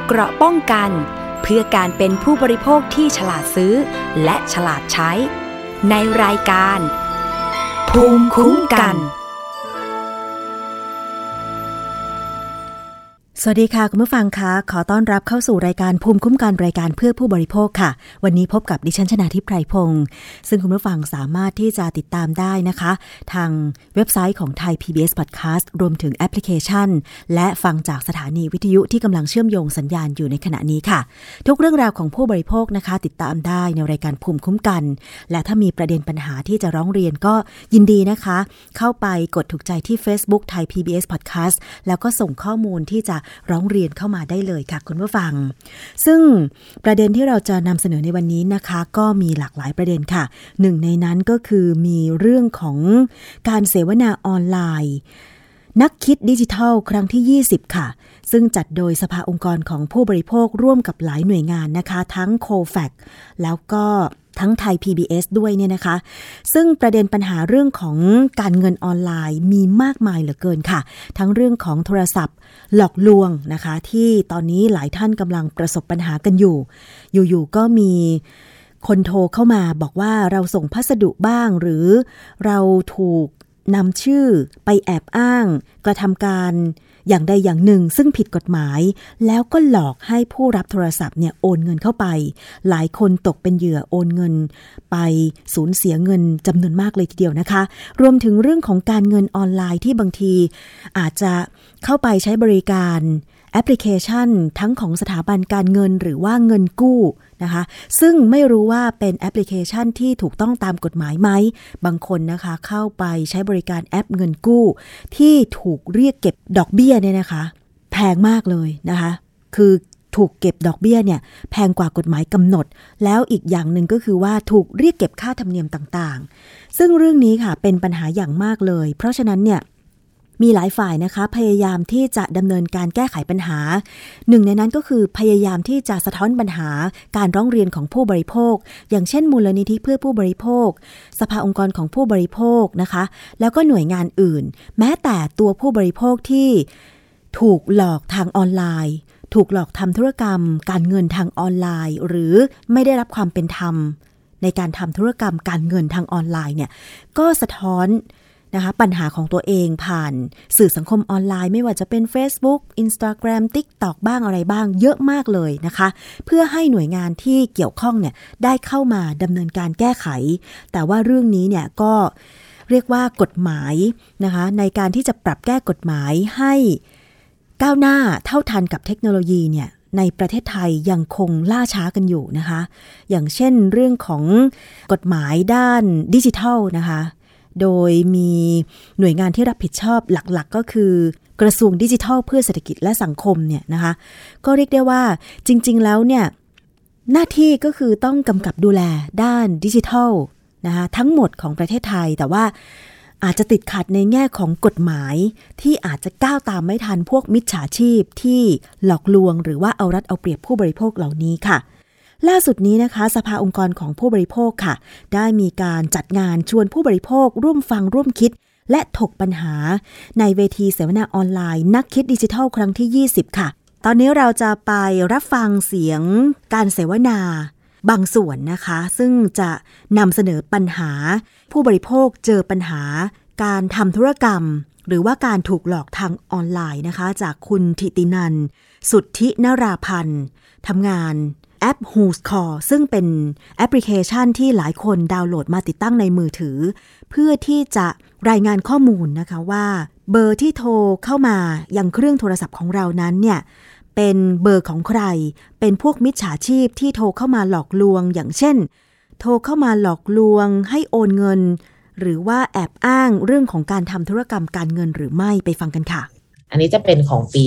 เกราะป้องกันเพื่อการเป็นผู้บริโภคที่ฉลาดซื้อและฉลาดใช้ในรายการภูมิคุ้มกันสวัสดีค่ะคุณผู้ฟังคะขอต้อนรับเข้าสู่รายการภูมิคุ้มกันรายการเพื่อผู้บริโภคค่ะวันนี้พบกับดิฉันชนาทิพย์ไพรพงศ์ซึ่งคุณผู้ฟังสามารถที่จะติดตามได้นะคะทางเว็บไซต์ของไทย PBS Podcast รวมถึงแอปพลิเคชันและฟังจากสถานีวิทยุที่กำลังเชื่อมโยงสัญญาณอยู่ในขณะนี้ค่ะทุกเรื่องราวของผู้บริโภคนะคะติดตามได้ในรายการภูมิคุ้มกันและถ้ามีประเด็นปัญหาที่จะร้องเรียนก็ยินดีนะคะเข้าไปกดถูกใจที่ Facebook ไทย PBS Podcast แล้วก็ส่งข้อมูลที่จะร้องเรียนเข้ามาได้เลยค่ะคุณผู้ฟังซึ่งประเด็นที่เราจะนำเสนอในวันนี้นะคะก็มีหลากหลายประเด็นค่ะหนึ่งในนั้นก็คือมีเรื่องของการเสวนาออนไลน์นักคิดดิจิทัลครั้งที่20ค่ะซึ่งจัดโดยสภาองค์กรของผู้บริโภคร่วมกับหลายหน่วยงานนะคะทั้ง COFAX แล้วก็ทั้งไทย PBS ด้วยเนี่ยนะคะซึ่งประเด็นปัญหาเรื่องของการเงินออนไลน์มีมากมายเหลือเกินค่ะทั้งเรื่องของโทรศัพท์หลอกลวงนะคะที่ตอนนี้หลายท่านกำลังประสบปัญหากันอยู่ๆก็มีคนโทรเข้ามาบอกว่าเราส่งพัสดุบ้างหรือเราถูกนำชื่อไปแอบอ้างกระทำการอย่างใดอย่างหนึ่งซึ่งผิดกฎหมายแล้วก็หลอกให้ผู้รับโทรศัพท์เนี่ยโอนเงินเข้าไปหลายคนตกเป็นเหยื่อโอนเงินไปสูญเสียเงินจำนวนมากเลยทีเดียวนะคะรวมถึงเรื่องของการเงินออนไลน์ที่บางทีอาจจะเข้าไปใช้บริการแอปพลิเคชันทั้งของสถาบันการเงินหรือว่าเงินกู้นะคะซึ่งไม่รู้ว่าเป็นแอปพลิเคชันที่ถูกต้องตามกฎหมายไหมบางคนนะคะเข้าไปใช้บริการแอปเงินกู้ที่ถูกเรียกเก็บดอกเบี้ยเนี่ยนะคะแพงมากเลยนะคะคือถูกเก็บดอกเบี้ยเนี่ยแพงกว่ากฎหมายกำหนดแล้วอีกอย่างหนึ่งก็คือว่าถูกเรียกเก็บค่าธรรมเนียมต่างๆซึ่งเรื่องนี้ค่ะเป็นปัญหาอย่างมากเลยเพราะฉะนั้นเนี่ยมีหลายฝ่ายนะคะพยายามที่จะดำเนินการแก้ไขปัญหาหนึ่งในนั้นก็คือพยายามที่จะสะท้อนปัญหาการร้องเรียนของผู้บริโภคอย่างเช่นมูลนิธิเพื่อผู้บริโภคสภาองค์กรของผู้บริโภคนะคะแล้วก็หน่วยงานอื่นแม้แต่ตัวผู้บริโภคที่ถูกหลอกทางออนไลน์ถูกหลอกทำธุรกรรมการเงินทางออนไลน์หรือไม่ได้รับความเป็นธรรมในการทำธุรกรรมการเงินทางออนไลน์เนี่ยก็สะท้อนนะคะปัญหาของตัวเองผ่านสื่อสังคมออนไลน์ไม่ว่าจะเป็น Facebook Instagram TikTok บ้างอะไรบ้างเยอะมากเลยนะคะเพื่อให้หน่วยงานที่เกี่ยวข้องเนี่ยได้เข้ามาดำเนินการแก้ไขแต่ว่าเรื่องนี้เนี่ยก็เรียกว่ากฎหมายนะคะในการที่จะปรับแก้กฎหมายให้ก้าวหน้าเท่าทันกับเทคโนโลยีเนี่ยในประเทศไทยยังคงล่าช้ากันอยู่นะคะอย่างเช่นเรื่องของกฎหมายด้านดิจิทัลนะคะโดยมีหน่วยงานที่รับผิดชอบหลักๆก็คือกระทรวงดิจิทัลเพื่อเศรษฐกิจและสังคมเนี่ยนะคะก็เรียกได้ว่าจริงๆแล้วเนี่ยหน้าที่ก็คือต้องกำกับดูแลด้านดิจิทัลนะคะทั้งหมดของประเทศไทยแต่ว่าอาจจะติดขัดในแง่ของกฎหมายที่อาจจะก้าวตามไม่ทันพวกมิจฉาชีพที่หลอกลวงหรือว่าเอารัดเอาเปรียบผู้บริโภคเหล่านี้ค่ะล่าสุดนี้นะคะสภาองค์กรของผู้บริโภคค่ะได้มีการจัดงานชวนผู้บริโภคร่วมฟังร่วมคิดและถกปัญหาในเวทีเสวนาออนไลน์นักคิดดิจิทัลครั้งที่20ค่ะตอนนี้เราจะไปรับฟังเสียงการเสวนาบางส่วนนะคะซึ่งจะนำเสนอปัญหาผู้บริโภคเจอปัญหาการทำธุรกรรมหรือว่าการถูกหลอกทางออนไลน์นะคะจากคุณธิตินันท์สุทธินราพันธ์ทำงานแอป Who's Call ซึ่งเป็นแอปพลิเคชันที่หลายคนดาวน์โหลดมาติดตั้งในมือถือเพื่อที่จะรายงานข้อมูลนะคะว่าเบอร์ที่โทรเข้ามายังเครื่องโทรศัพท์ของเรานั้นเนี่ยเป็นเบอร์ของใครเป็นพวกมิจฉาชีพที่โทรเข้ามาหลอกลวงอย่างเช่นโทรเข้ามาหลอกลวงให้โอนเงินหรือว่าแอบอ้างเรื่องของการทำธุรกรรมการเงินหรือไม่ไปฟังกันค่ะอันนี้จะเป็นของปี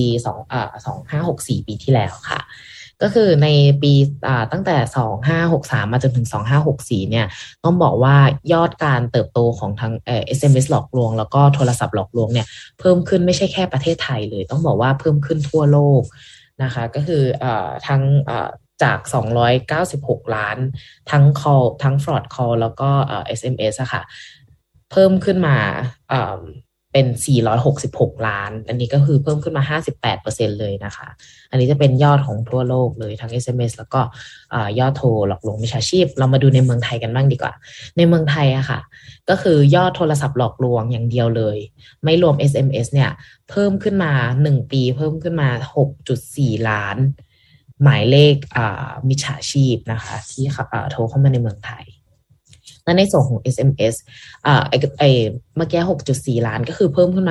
2564ปีที่แล้วค่ะก็คือในปีตั้งแต่2563มาจนถึง2564เนี่ยต้องบอกว่ายอดการเติบโตของทั้งSMS หลอกลวงแล้วก็โทรศัพท์หลอกลวงเนี่ยเพิ่มขึ้นไม่ใช่แค่ประเทศไทยเลยต้องบอกว่าเพิ่มขึ้นทั่วโลกนะคะก็คือทั้งจาก296ล้านทั้ง call ทั้ง fraud call แล้วก็SMS อะค่ะเพิ่มขึ้นมาเป็น466ล้านอันนี้ก็คือเพิ่มขึ้นมา 58% เลยนะคะอันนี้จะเป็นยอดของทั่วโลกเลยทั้ง SMS แล้วก็ยอดโทรหลอกลวงมิจฉาชีพเรามาดูในเมืองไทยกันบ้างดีกว่าในเมืองไทยอะค่ะก็คือยอดโทรศัพท์หลอกลวงอย่างเดียวเลยไม่รวม SMS เนี่ยเพิ่มขึ้นมา1ปีเพิ่มขึ้นมา 6.4 ล้านหมายเลขมิจฉาชีพนะคะที่โทรเข้ามาในเมืองไทยและในส่วนของ SMS เมื่อกี้ 6.4 ล้านก็คือเพิ่มขึ้นมา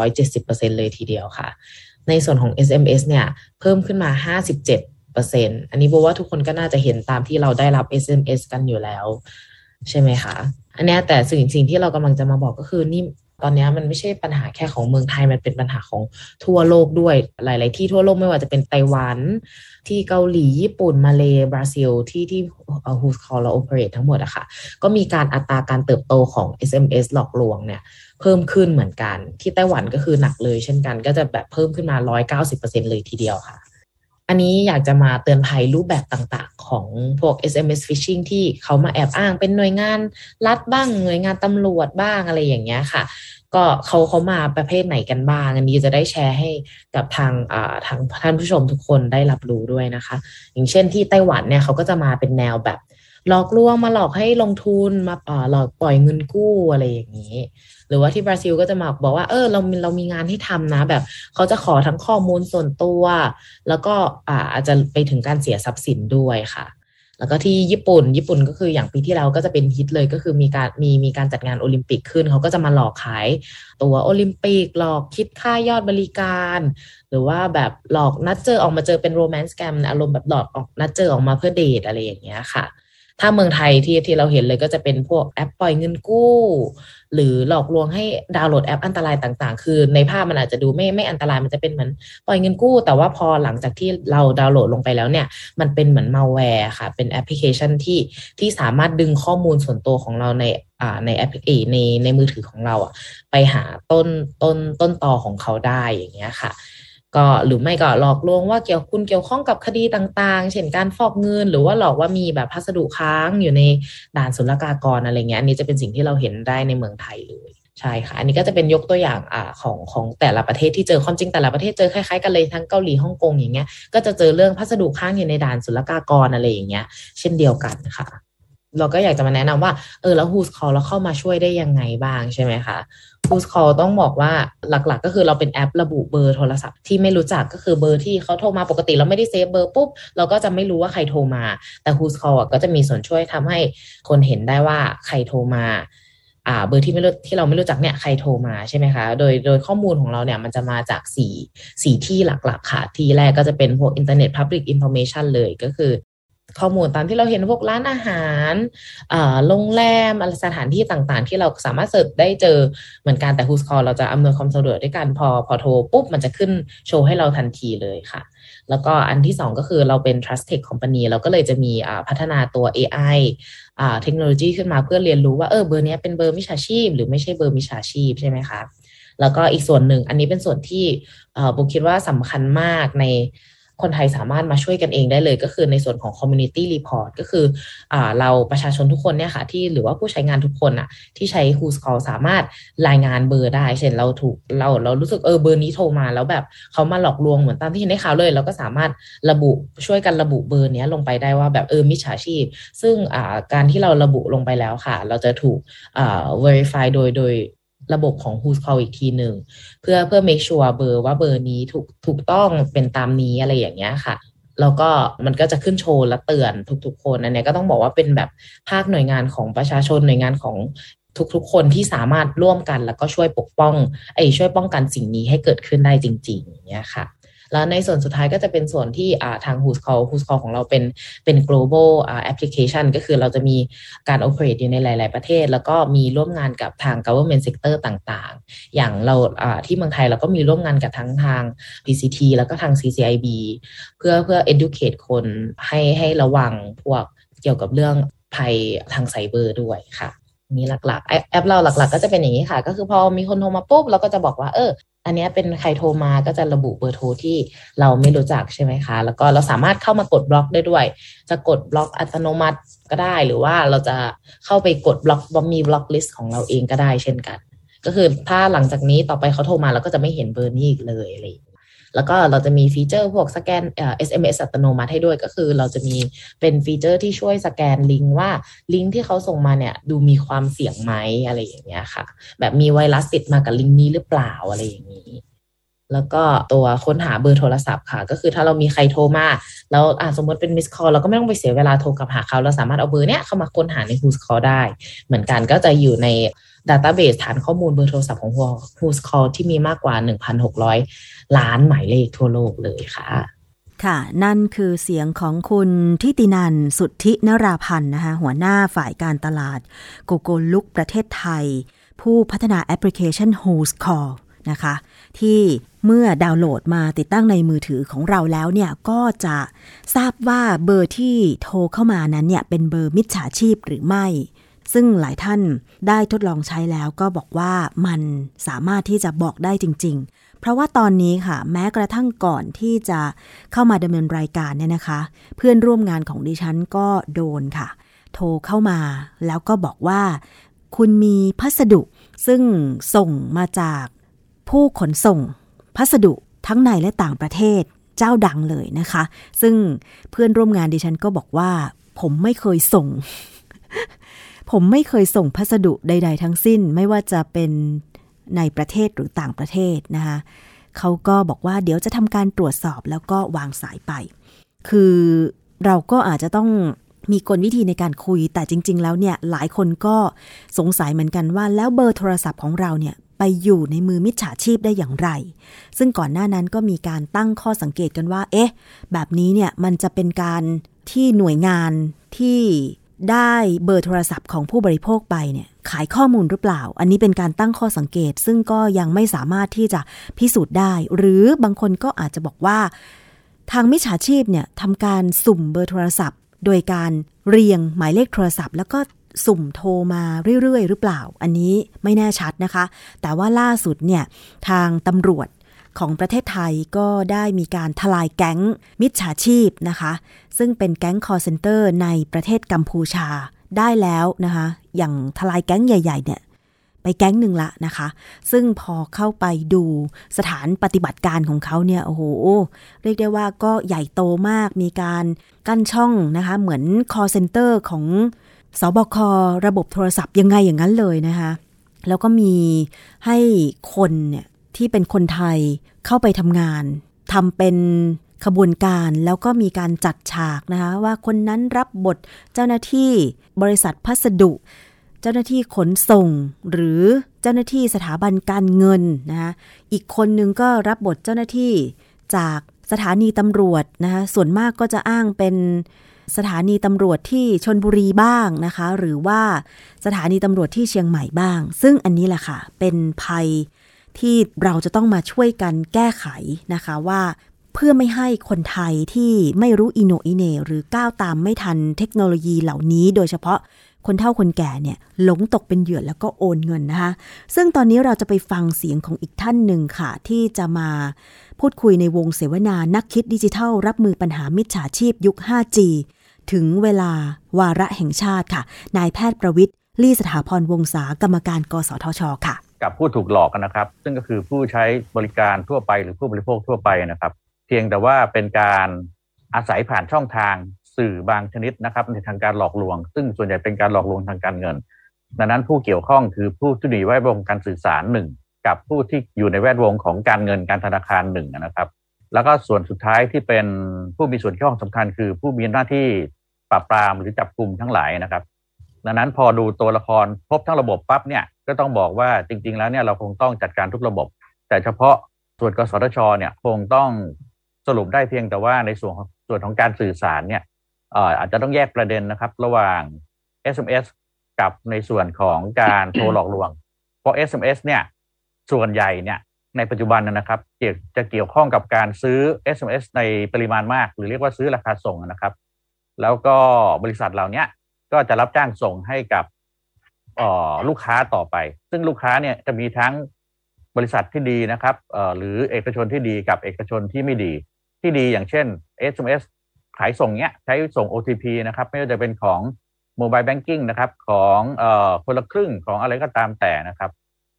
270% เลยทีเดียวค่ะในส่วนของ SMS เนี่ยเพิ่มขึ้นมา 57%อันนี้บอกว่าทุกคนก็น่าจะเห็นตามที่เราได้รับ SMS กันอยู่แล้วใช่ไหมคะอันนี้แต่สิ่งที่เรากำลังจะมาบอกก็คือนี่ตอนนี้มันไม่ใช่ปัญหาแค่ของเมืองไทยมันเป็นปัญหาของทั่วโลกด้วยหลายๆที่ทั่วโลกไม่ว่าจะเป็นไต้หวันที่เกาหลีญี่ปุ่นมาเลบราซิลที่Who's Call เรา operate ทั้งหมดอะค่ะก็มีการอัตราการเติบโตของ SMS หลอกลวงเนี่ยเพิ่มขึ้นเหมือนกันที่ไต้หวันก็คือหนักเลยเช่นกันก็จะแบบเพิ่มขึ้นมา 190% เลยทีเดียวค่ะอันนี้อยากจะมาเตือนภัยรูปแบบต่างๆของพวก SMS phishing ที่เขามาแอบอ้างเป็นหน่วยงานรัฐบ้างหน่วยงานตำรวจบ้างอะไรอย่างเงี้ยค่ะก็เขามาประเภทไหนกันบ้างอันนี้จะได้แชร์ให้กับทางท่านผู้ชมทุกคนได้รับรู้ด้วยนะคะอย่างเช่นที่ไต้หวันเนี่ยเขาก็จะมาเป็นแนวแบบหลอกลวงมาหลอกให้ลงทุนมาหลอกปล่อยเงินกู้อะไรอย่างนี้หรือว่าที่บราซิลก็จะมาบอกว่าเรามีงานให้ทำนะแบบเขาจะขอทั้งข้อมูลส่วนตัวแล้วก็อาจจะไปถึงการเสียทรัพย์สินด้วยค่ะแล้วก็ที่ญี่ปุ่นก็คืออย่างปีที่แล้วก็จะเป็นฮิตเลยก็คือมีการจัดงานโอลิมปิกขึ้นเขาก็จะมาหลอกขายตั๋วโอลิมปิกหลอกคิดค่ายอดบริการหรือว่าแบบหลอกนัดเจอออกมาเจอเป็นโรแมนต์สแกมอารมณ์แบบหลอกออกนัดเจอออกมาเพื่อเดทอะไรอย่างเงี้ยค่ะถ้าเมืองไทยที่เราเห็นเลยก็จะเป็นพวกแอปปล่อยเงินกู้หรือหลอกลวงให้ดาวน์โหลดแอปอันตรายต่างๆคือในภาพมันอาจจะดูไม่อันตรายมันจะเป็นเหมือนปล่อยเงินกู้แต่ว่าพอหลังจากที่เราดาวน์โหลดลงไปแล้วเนี่ยมันเป็นเหมือนมัลแวร์ค่ะเป็นแอปพลิเคชันที่สามารถดึงข้อมูลส่วนตัวของเราในแอปในมือถือของเราอ่ะไปหาต้นตอของเขาได้อย่างเงี้ยค่ะก็หรือไม่ก็หลอกลวงว่าเกี่ยวข้องกับคดีต่างๆเช่นการฟอกเงินหรือว่าหลอกว่ามีแบบพัสดุค้างอยู่ในด่านศุลกากรอะไรเงี้ยอันนี้จะเป็นสิ่งที่เราเห็นได้ในเมืองไทยเลยใช่ค่ะอันนี้ก็จะเป็นยกตัวอย่างของแต่ละประเทศที่เจอความจริงแต่ละประเทศเจอคล้ายๆกันเลยทั้งเกาหลีฮ่องกงอย่างเงี้ยก็จะเจอเรื่องพัสดุค้างอยู่ในด่านศุลกากรอะไรอย่างเงี้ยเช่นเดียวกันค่ะเราก็อยากจะมาแนะนำว่าแล้ว Who's Call เราเข้ามาช่วยได้ยังไงบ้างใช่ไหมคะ Who's Call ต้องบอกว่าหลักๆก็คือเราเป็นแอประบุเบอร์โทรศัพท์ที่ไม่รู้จักก็คือเบอร์ที่เขาโทรมาปกติเราไม่ได้เซฟเบอร์ปุ๊บเราก็จะไม่รู้ว่าใครโทรมาแต่ Who's Call ก็จะมีส่วนช่วยทำให้คนเห็นได้ว่าใครโทรมาเบอร์ที่เราไม่รู้จักเนี่ยใครโทรมาใช่ไหมคะโดยข้อมูลของเราเนี่ยมันจะมาจาก4ที่หลักๆค่ะที่แรกก็จะเป็นพวก Internet Public Information เลยก็คือข้อมูลตามที่เราเห็นพวกร้านอาหารโรงแรมสถานที่ต่างๆที่เราสามารถเสิร์ชได้เจอเหมือนกันแต่ Who's Call เราจะอำนวยความสะดวกด้วยกันพอโทรปุ๊บมันจะขึ้นโชว์ให้เราทันทีเลยค่ะแล้วก็อันที่2ก็คือเราเป็น Trust Tech Company เราก็เลยจะมีพัฒนาตัว AI เทคโนโลยีขึ้นมาเพื่อเรียนรู้ว่าเบอร์นี้เป็นเบอร์มิจฉาชีพหรือไม่ใช่เบอร์มิจฉาชีพใช่ไหมคะแล้วก็อีกส่วนหนึ่งอันนี้เป็นส่วนที่บุ๊คคิดว่าสำคัญมากในคนไทยสามารถมาช่วยกันเองได้เลยก็คือในส่วนของ community report ก็คือเราประชาชนทุกคนเนี่ยค่ะที่หรือว่าผู้ใช้งานทุกคนที่ใช้ Who's Call สามารถรายงานเบอร์ได้เช่นเรารู้สึกเบอร์นี้โทรมาแล้วแบบเขามาหลอกลวงเหมือนตามที่เห็นในข่าวเลยเราก็สามารถช่วยกันระบุเบอร์นี้ลงไปได้ว่าแบบมิจฉาชีพซึ่งการที่เราระบุลงไปแล้วค่ะเราจะถูกverify โดยระบบของ Who's Call อีกทีหนึ่งเพื่อ make sure เบอร์ว่าเบอร์นี้ถูกต้องเป็นตามนี้อะไรอย่างเงี้ยค่ะแล้วก็มันก็จะขึ้นโชว์และเตือนทุกๆคนอันนี้ก็ต้องบอกว่าเป็นแบบภาคหน่วยงานของประชาชนหน่วยงานของทุกๆคนที่สามารถร่วมกันแล้วก็ช่วยช่วยป้องกันสิ่งนี้ให้เกิดขึ้นได้จริงๆอย่างเงี้ยค่ะแล้วในส่วนสุดท้ายก็จะเป็นส่วนที่ทาง Who's Call ของเราเป็น global application ก็คือเราจะมีการ operate อยู่ในหลายๆประเทศแล้วก็มีร่วมงานกับทาง government sector ต่างๆอย่างเราที่เมืองไทยเราก็มีร่วมงานกับทั้งทาง PCT แล้วก็ทาง CCIB เพื่อ educate คนให้ระวังพวกเกี่ยวกับเรื่องภัยทางไซเบอร์ด้วยค่ะนี่หลักๆแอปเราหลักๆก็จะเป็นอย่างนี้ค่ะก็คือพอมีคนโทรมาปุ๊บเราก็จะบอกว่าอันนี้เป็นใครโทรมาก็จะระบุเบอร์โทรที่เราไม่รู้จักใช่ไหมคะแล้วก็เราสามารถเข้ามากดบล็อกได้ด้วยจะกดบล็อกอัตโนมัติก็ได้หรือว่าเราจะเข้าไปกดบล็อกมีบล็อกลิสต์ของเราเองก็ได้เช่นกันก็คือถ้าหลังจากนี้ต่อไปเขาโทรมาเราก็จะไม่เห็นเบอร์นี้อีกเลยอะไรอย่างเงี้ยแล้วก็เราจะมีฟีเจอร์พวกสแกนSMS อัตโนมัติให้ด้วยก็คือเราจะมีเป็นฟีเจอร์ที่ช่วยสแกนลิงก์ว่าลิงก์ที่เขาส่งมาเนี่ยดูมีความเสี่ยงไหมอะไรอย่างเงี้ยค่ะแบบมีไวรัสติดมากับลิงก์นี้หรือเปล่าอะไรอย่างนี้แล้วก็ตัวค้นหาเบอร์โทรศัพท์ค่ะก็คือถ้าเรามีใครโทรมาแล้วสมมติเป็นมิสคอลเราก็ไม่ต้องไปเสียเวลาโทรกลับหาเขาเราสามารถเอาเบอร์เนี้ยเข้ามาค้นหาใน Who's Call ได้เหมือนกันก็จะอยู่ในdatabase ฐานข้อมูลเบอร์โทรศัพท์ของ Who's Call ที่มีมากกว่า 1,600 ล้านหมายเลขทั่วโลกเลยค่ะค่ะนั่นคือเสียงของคุณทิตินันท์สุทธินราพันธ์นะคะหัวหน้าฝ่ายการตลาด Gogolook ประเทศไทยผู้พัฒนาแอปพลิเคชัน Who's Call นะคะที่เมื่อดาวน์โหลดมาติดตั้งในมือถือของเราแล้วเนี่ยก็จะทราบว่าเบอร์ที่โทรเข้ามานั้นเนี่ยเป็นเบอร์มิจฉาชีพหรือไม่ซึ่งหลายท่านได้ทดลองใช้แล้วก็บอกว่ามันสามารถที่จะบอกได้จริงๆเพราะว่าตอนนี้ค่ะแม้กระทั่งก่อนที่จะเข้ามาดำเนินรายการเนี่ยนะคะเพื่อนร่วมงานของดิฉันก็โดนค่ะโทรเข้ามาแล้วก็บอกว่าคุณมีพัสดุซึ่งส่งมาจากผู้ขนส่งพัสดุทั้งในและต่างประเทศเจ้าดังเลยนะคะซึ่งเพื่อนร่วมงานดิฉันก็บอกว่าผมไม่เคยส่ง ผมไม่เคยส่งพัสดุใดๆทั้งสิ้นไม่ว่าจะเป็นในประเทศหรือต่างประเทศนะคะเขาก็บอกว่าเดี๋ยวจะทำการตรวจสอบแล้วก็วางสายไปคือเราก็อาจจะต้องมีกลวิธีในการคุยแต่จริงๆแล้วเนี่ยหลายคนก็สงสัยเหมือนกันว่าแล้วเบอร์โทรศัพท์ของเราเนี่ยไปอยู่ในมือมิจฉาชีพได้อย่างไรซึ่งก่อนหน้านั้นก็มีการตั้งข้อสังเกตกันว่าเอ๊ะแบบนี้เนี่ยมันจะเป็นการที่หน่วยงานที่ได้เบอร์โทรศัพท์ของผู้บริโภคไปเนี่ยขายข้อมูลหรือเปล่าอันนี้เป็นการตั้งข้อสังเกตซึ่งก็ยังไม่สามารถที่จะพิสูจน์ได้หรือบางคนก็อาจจะบอกว่าทางมิจฉาชีพเนี่ยทำการสุ่มเบอร์โทรศัพท์โดยการเรียงหมายเลขโทรศัพท์แล้วก็สุ่มโทรมาเรื่อยๆหรือเปล่าอันนี้ไม่แน่ชัดนะคะแต่ว่าล่าสุดเนี่ยทางตำรวจของประเทศไทยก็ได้มีการทลายแก๊งมิจฉาชีพนะคะซึ่งเป็นแก๊ง call center ในประเทศกัมพูชาได้แล้วนะคะอย่างทลายแก๊งใหญ่ๆเนี่ยไปแก๊งหนึ่งละนะคะซึ่งพอเข้าไปดูสถานปฏิบัติการของเขาเนี่ยโอ้โหเรียกได้ว่าก็ใหญ่โตมากมีการกั้นช่องนะคะเหมือน call center ของสบค.ระบบโทรศัพท์ยังไงอย่างนั้นเลยนะคะแล้วก็มีให้คนเนี่ยที่เป็นคนไทยเข้าไปทำงานทำเป็นขบวนการแล้วก็มีการจัดฉากนะคะว่าคนนั้นรับบทเจ้าหน้าที่บริษัทพัสดุเจ้าหน้าที่ขนส่งหรือเจ้าหน้าที่สถาบันการเงินนะคะอีกคนนึงก็รับบทเจ้าหน้าที่จากสถานีตำรวจนะคะส่วนมากก็จะอ้างเป็นสถานีตำรวจที่ชลบุรีบ้างนะคะหรือว่าสถานีตำรวจที่เชียงใหม่บ้างซึ่งอันนี้แหละค่ะเป็นภัยที่เราจะต้องมาช่วยกันแก้ไขนะคะว่าเพื่อไม่ให้คนไทยที่ไม่รู้อิโหนอิเหน่หรือก้าวตามไม่ทันเทคโนโลยีเหล่านี้โดยเฉพาะคนเฒ่าคนแก่เนี่ยหลงตกเป็นเหยื่อแล้วก็โอนเงินนะคะซึ่งตอนนี้เราจะไปฟังเสียงของอีกท่านหนึ่งค่ะที่จะมาพูดคุยในวงเสวนานักคิดดิจิทัลรับมือปัญหามิจฉาชีพยุค 5G ถึงเวลาวาระแห่งชาติค่ะนายแพทย์ประวิตรลี่สถาพรวงศากรรมการกสทช.ค่ะกับผู้ถูกหลอกนะครับซึ่งก็คือผู้ใช้บริการทั่วไปหรือผู้บริโภคทั่วไปนะครับเพียงแต่ว่าเป็นการอาศัยผ่านช่องทางสื่อบางชนิดนะครับในทางการหลอกลวงซึ่งส่วนใหญ่เป็นการหลอกลวงทางการเงินดังนั้นผู้เกี่ยวข้องคือผู้ที่อยู่ในแวดวงการสื่อสาร1กับผู้ที่อยู่ในแวดวงของการเงินการธนาคาร1นะครับแล้วก็ส่วนสุดท้ายที่เป็นผู้มีส่วนเกี่ยวข้องสำคัญคือผู้มีหน้าที่ปราบปรามหรือจับกุมทั้งหลายนะครับดังนั้นพอดูตัวละครครบทั้งระบบปั๊บเนี่ยก็ต้องบอกว่าจริงๆแล้วเนี่ยเราคงต้องจัดการทุกระบบแต่เฉพาะส่วนกสทช.เนี่ยคงต้องสรุปได้เพียงแต่ว่าในส่วนของการสื่อสารเนี่ยอาจจะต้องแยกประเด็นนะครับระหว่าง SMS กับในส่วนของการโทรหลอกลวงเพราะ SMS เนี่ยส่วนใหญ่เนี่ยในปัจจุบันนะครับจะเกี่ยวข้องกับการซื้อ SMS ในปริมาณมากหรือเรียกว่าซื้อราคาส่งนะครับแล้วก็บริษัทเหล่านี้ก็จะรับจ้างส่งให้กับลูกค้าต่อไปซึ่งลูกค้าเนี่ยจะมีทั้งบริษัทที่ดีนะครับหรือเอกชนที่ดีกับเอกชนที่ไม่ดีที่ดีอย่างเช่น SMS ขายส่งเนี้ยใช้ส่ง OTP นะครับไม่ว่าจะเป็นของ Mobile Banking นะครับของคนละครึ่งของอะไรก็ตามแต่นะครับ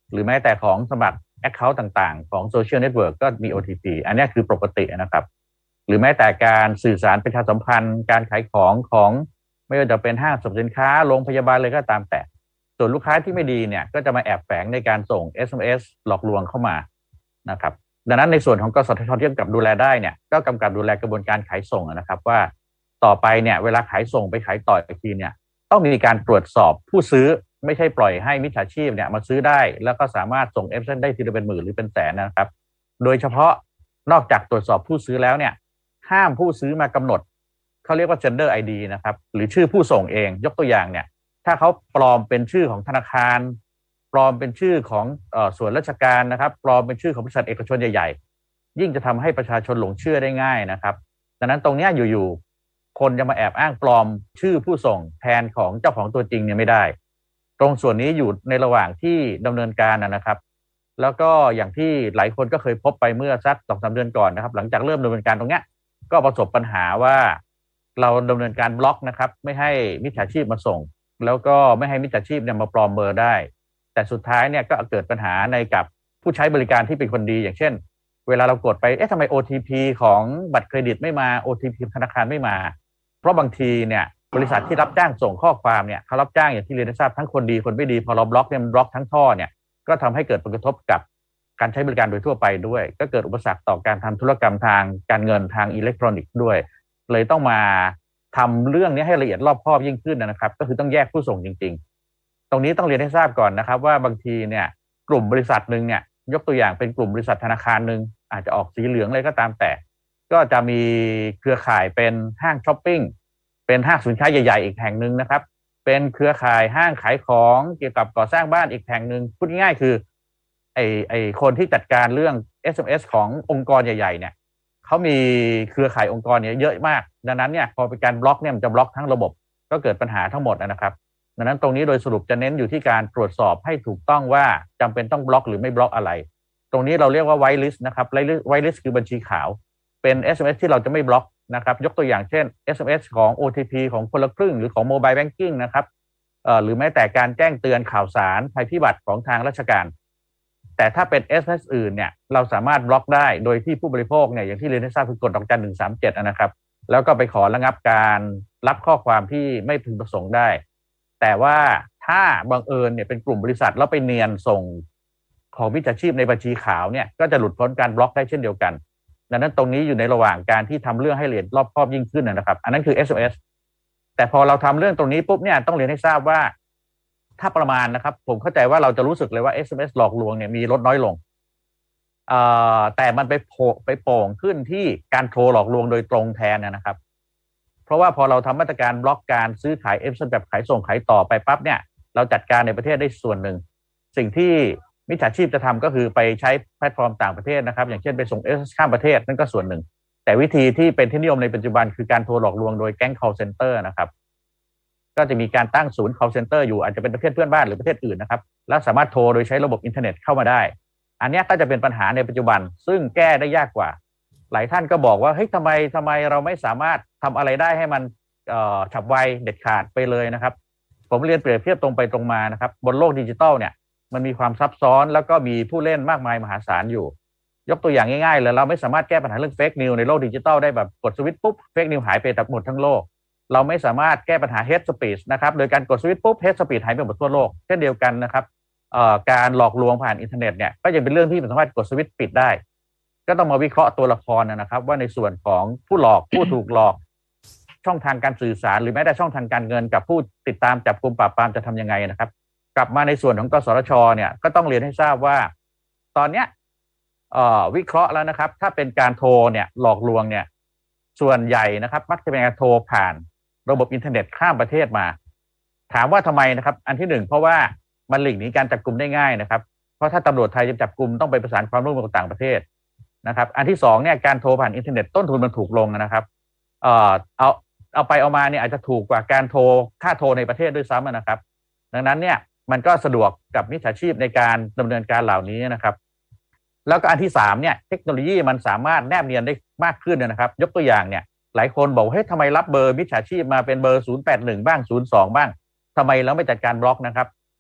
หรือแม้แต่ของสมัคร Account ต่างๆของโซเชียลเน็ตเวิร์กก็มี OTP อันนี้คือปกตินะครับหรือแม้แต่การสื่อสารประชาสัมพันธ์การขายของไม่ว่าจะเป็นห้างสรรพสินค้าโรงพยาบาลเลยก็ตามแต่ส่วนลูกค้าที่ไม่ดีเนี่ยก็จะมาแอบแฝงในการส่ง SMS หลอกลวงเข้ามานะครับดังนั้นในส่วนของกสทช.ที่กำกับดูแลได้เนี่ยก็กำกับดูแลกระบวนการขายส่งนะครับว่าต่อไปเนี่ยเวลาขายส่งไปขายต่ออีกทีเนี่ยต้องมีการตรวจสอบผู้ซื้อไม่ใช่ปล่อยให้มิจฉาชีพเนี่ยมาซื้อได้แล้วก็สามารถส่ง SMS ได้ทีละเป็นหมื่นหรือเป็นแสนนะครับโดยเฉพาะนอกจากตรวจสอบผู้ซื้อแล้วเนี่ยห้ามผู้ซื้อมากำหนดเขาเรียกว่า gender ID นะครับหรือชื่อผู้ส่งเองยกตัวอย่างเนี่ยถ้าเขาปลอมเป็นชื่อของธนาคารปลอมเป็นชื่อของส่วนราชการนะครับปลอมเป็นชื่อของบริษัทเอกชนใหญ่ๆยิ่งจะทำให้ประชาชนหลงเชื่อได้ง่ายนะครับดังนั้นตรงนี้อยู่ๆคนจะมาแอบอ้างปลอมชื่อผู้ส่งแทนของเจ้าของตัวจริงเนี่ยไม่ได้ตรงส่วนนี้อยู่ในระหว่างที่ดำเนินการนะครับแล้วก็อย่างที่หลายคนก็เคยพบไปเมื่อสัก 2-3 เดือนก่อนนะครับหลังจากเริ่มดำเนินการตรงนี้ก็ประสบปัญหาว่าเราดำเนินการบล็อกนะครับไม่ให้มิจฉาชีพมาส่งแล้วก็ไม่ให้มิจฉาชีพเนี่ยมาปลอมเบอร์ได้แต่สุดท้ายเนี่ยก็เกิดปัญหาในกับผู้ใช้บริการที่เป็นคนดีอย่างเช่นเวลาเรากดไปทำไม OTP ของบัตรเครดิตไม่มา OTP ธนาคารไม่มาเพราะบางทีเนี่ยบริษัทที่รับจ้างส่งข้อความเนี่ยเขารับจ้างอย่างที่เรียนให้ทราบทั้งคนดีคนไม่ดีพอเราบล็อกเนี่ยมันบล็อกทั้งท่อเนี่ยก็ทำให้เกิดผลกระทบกับการใช้บริการโดยทั่วไปด้วยก็เกิดอุปสรรคต่อการทำธุรกรรมทางการเงินทางอิเล็กทรอนิกส์ด้วยเลยต้องมาทำเรื่องนี้ให้ละเอียดรอบคอบยิ่งขึ้นนะครับก็คือต้องแยกผู้ส่งจริงๆตรงนี้ต้องเรียนให้ทราบก่อนนะครับว่าบางทีเนี่ยกลุ่มบริษัทนึงเนี่ยยกตัวอย่างเป็นกลุ่มบริษัทธนาคารนึงอาจจะออกสีเหลืองอะไรก็ตามแต่ก็จะมีเครือข่ายเป็นห้างช้อปปิ้งเป็นห้างสินค้าใหญ่ๆอีกแห่งนึงนะครับเป็นเครือข่ายห้างขายของเกี่ยวกับก่อสร้างบ้านอีกแห่งนึงพูดง่ายๆคือไอ้คนที่จัดการเรื่อง SMS ขององค์กรใหญ่ๆเนี่ยเขามีเครือข่ายองค์กรเนี่ยเยอะมากดังนั้นเนี่ยพอเป็นการบล็อกเนี่ยมันจะบล็อกทั้งระบบก็เกิดปัญหาทั้งหมดนะครับดังนั้นตรงนี้โดยสรุปจะเน้นอยู่ที่การตรวจสอบให้ถูกต้องว่าจำเป็นต้องบล็อกหรือไม่บล็อกอะไรตรงนี้เราเรียกว่าไวท์ลิสต์นะครับไวท์ลิสต์คือบัญชีขาวเป็น SMS ที่เราจะไม่บล็อกนะครับยกตัวอย่างเช่น SMS ของ OTP ของคนละครึ่งหรือของ Mobile Banking นะครับหรือแม้แต่การแจ้งเตือนข่าวสารภัยพิบัติของทางราชการแต่ถ้าเป็น SMS อื่นเนี่ยเราสามารถบล็อกได้โดยที่ผู้บริโภคเนี่ยอย่างที่เรียนให้ทราบคือกด*137นะครับแล้วก็ไปขอระงับการรับข้อความที่ไม่พึงประสงค์ได้แต่ว่าถ้าบังเอิญเนี่ยเป็นกลุ่มบริษัทแล้วไปเนียนส่งของมิจฉาชีพในบัญชีขาวเนี่ยก็จะหลุดพ้นการบล็อกได้เช่นเดียวกันดังนั้นตรงนี้อยู่ในระหว่างการที่ทำเรื่องให้ละเอียดรอบคอบยิ่งขึ้นนะครับอันนั้นคือ SMS แต่พอเราทำเรื่องตรงนี้ปุ๊บเนี่ยต้องเรียนให้ทราบว่าถ้าประมาณนะครับผมเข้าใจว่าเราจะรู้สึกเลยว่า SMS หลอกลวงเนี่ยมีลดน้อยลงแต่มันไปโป่งขึ้นที่การโทรหลอกลวงโดยตรงแทนนะครับเพราะว่าพอเราทำมาตรการบล็อกการซื้อขาย SMS แบบขายส่งขายต่อไปปั๊บเนี่ยเราจัดการในประเทศได้ส่วนหนึ่งสิ่งที่มิจฉาชีพจะทำก็คือไปใช้แพลตฟอร์มต่างประเทศนะครับอย่างเช่นไปส่ง SMS ข้ามประเทศนั่นก็ส่วนหนึ่งแต่วิธีที่เป็นที่นิยมในปัจจุบันคือการโทรหลอกลวงโดยแก๊ง call center นะครับก็จะมีการตั้งศูนย์ call center อยู่อาจจะเป็นประเทศเพื่อนบ้านหรือประเทศอื่นนะครับแล้วสามารถโทรโดยใช้ระบบอินเทอร์เน็ตเข้ามาได้อันนี้ก็จะเป็นปัญหาในปัจจุบันซึ่งแก้ได้ยากกว่าหลายท่านก็บอกว่าเฮ้ยทำไมเราไม่สามารถทำอะไรได้ให้มันฉับไวเด็ดขาดไปเลยนะครับผมเรียนเปรียบเทียบตรงไปตรงมานะครับบนโลกดิจิทัลเนี่ยมันมีความซับซ้อนแล้วก็มีผู้เล่นมากมายมหาศาลอยู่ยกตัวอย่างง่ายๆเลยเราไม่สามารถแก้ปัญหาเรื่องเฟกนิวในโลกดิจิทัลได้แบบกดสวิตช์ปุ๊บเฟกนิวหายไปหมดทั้งโลกเราไม่สามารถแก้ปัญหา hate speech นะครับโดยการกดสวิตช์ปุ๊บ hate speech หายไปหมดทั่วโลกเช่นเดียวกันนะครับการหลอกลวงผ่านอินเทอร์เน็ตเนี่ยก็ยังเป็นเรื่องที่สามารถกดสวิตช์ปิดได้ก็ต้องมาวิเคราะห์ตัวละครนะครับว่าในส่วนของผู้หลอกผู้ถูกหลอกช่องทางการสื่อสารหรือแม้แต่ช่องทางการเงินกับผู้ติดตามจับกุมปราบปรามจะทำยังไงนะครับกลับมาในส่วนของกสทช.เนี่ยก็ต้องเรียนให้ทราบว่าตอนเนี้ยวิเคราะห์แล้วนะครับถ้าเป็นการโทรเนี่ยหลอกลวงเนี่ยส่วนใหญ่นะครับมักจะเป็นการโทรผ่านระบบอินเทอร์เน็ตข้ามประเทศมาถามว่าทำไมนะครับอันที่หนึ่งเพราะว่ามันหลีกหนีการจับกุมได้ง่ายนะครับเพราะถ้าตำรวจไทยจะจับกุมต้องไปประสานความร่วมมือกับต่างประเทศนะครับอันที่สองเนี่ยการโทรผ่านอินเทอร์เน็ตต้นทุนมันถูกลงนะครับเอาไปเอามาเนี่ยอาจจะถูกกว่าการโทรค่าโทรในประเทศด้วยซ้ำนะครับดังนั้นเนี่ยมันก็สะดวกกับมิจฉาชีพในการดำเนินการเหล่านี้นะครับแล้วก็อันที่3เนี่ยเทคโนโลยีมันสามารถแนบเนียนได้มากขึ้นนะครับยกตัวอย่างเนี่ยหลายคนบอกเฮ้ยทำไมรับเบอร์มิจฉาชีพมาเป็นเบอร์081บ้าง02บ้างทำไมเราไม่จัดการบล็อกนะครับ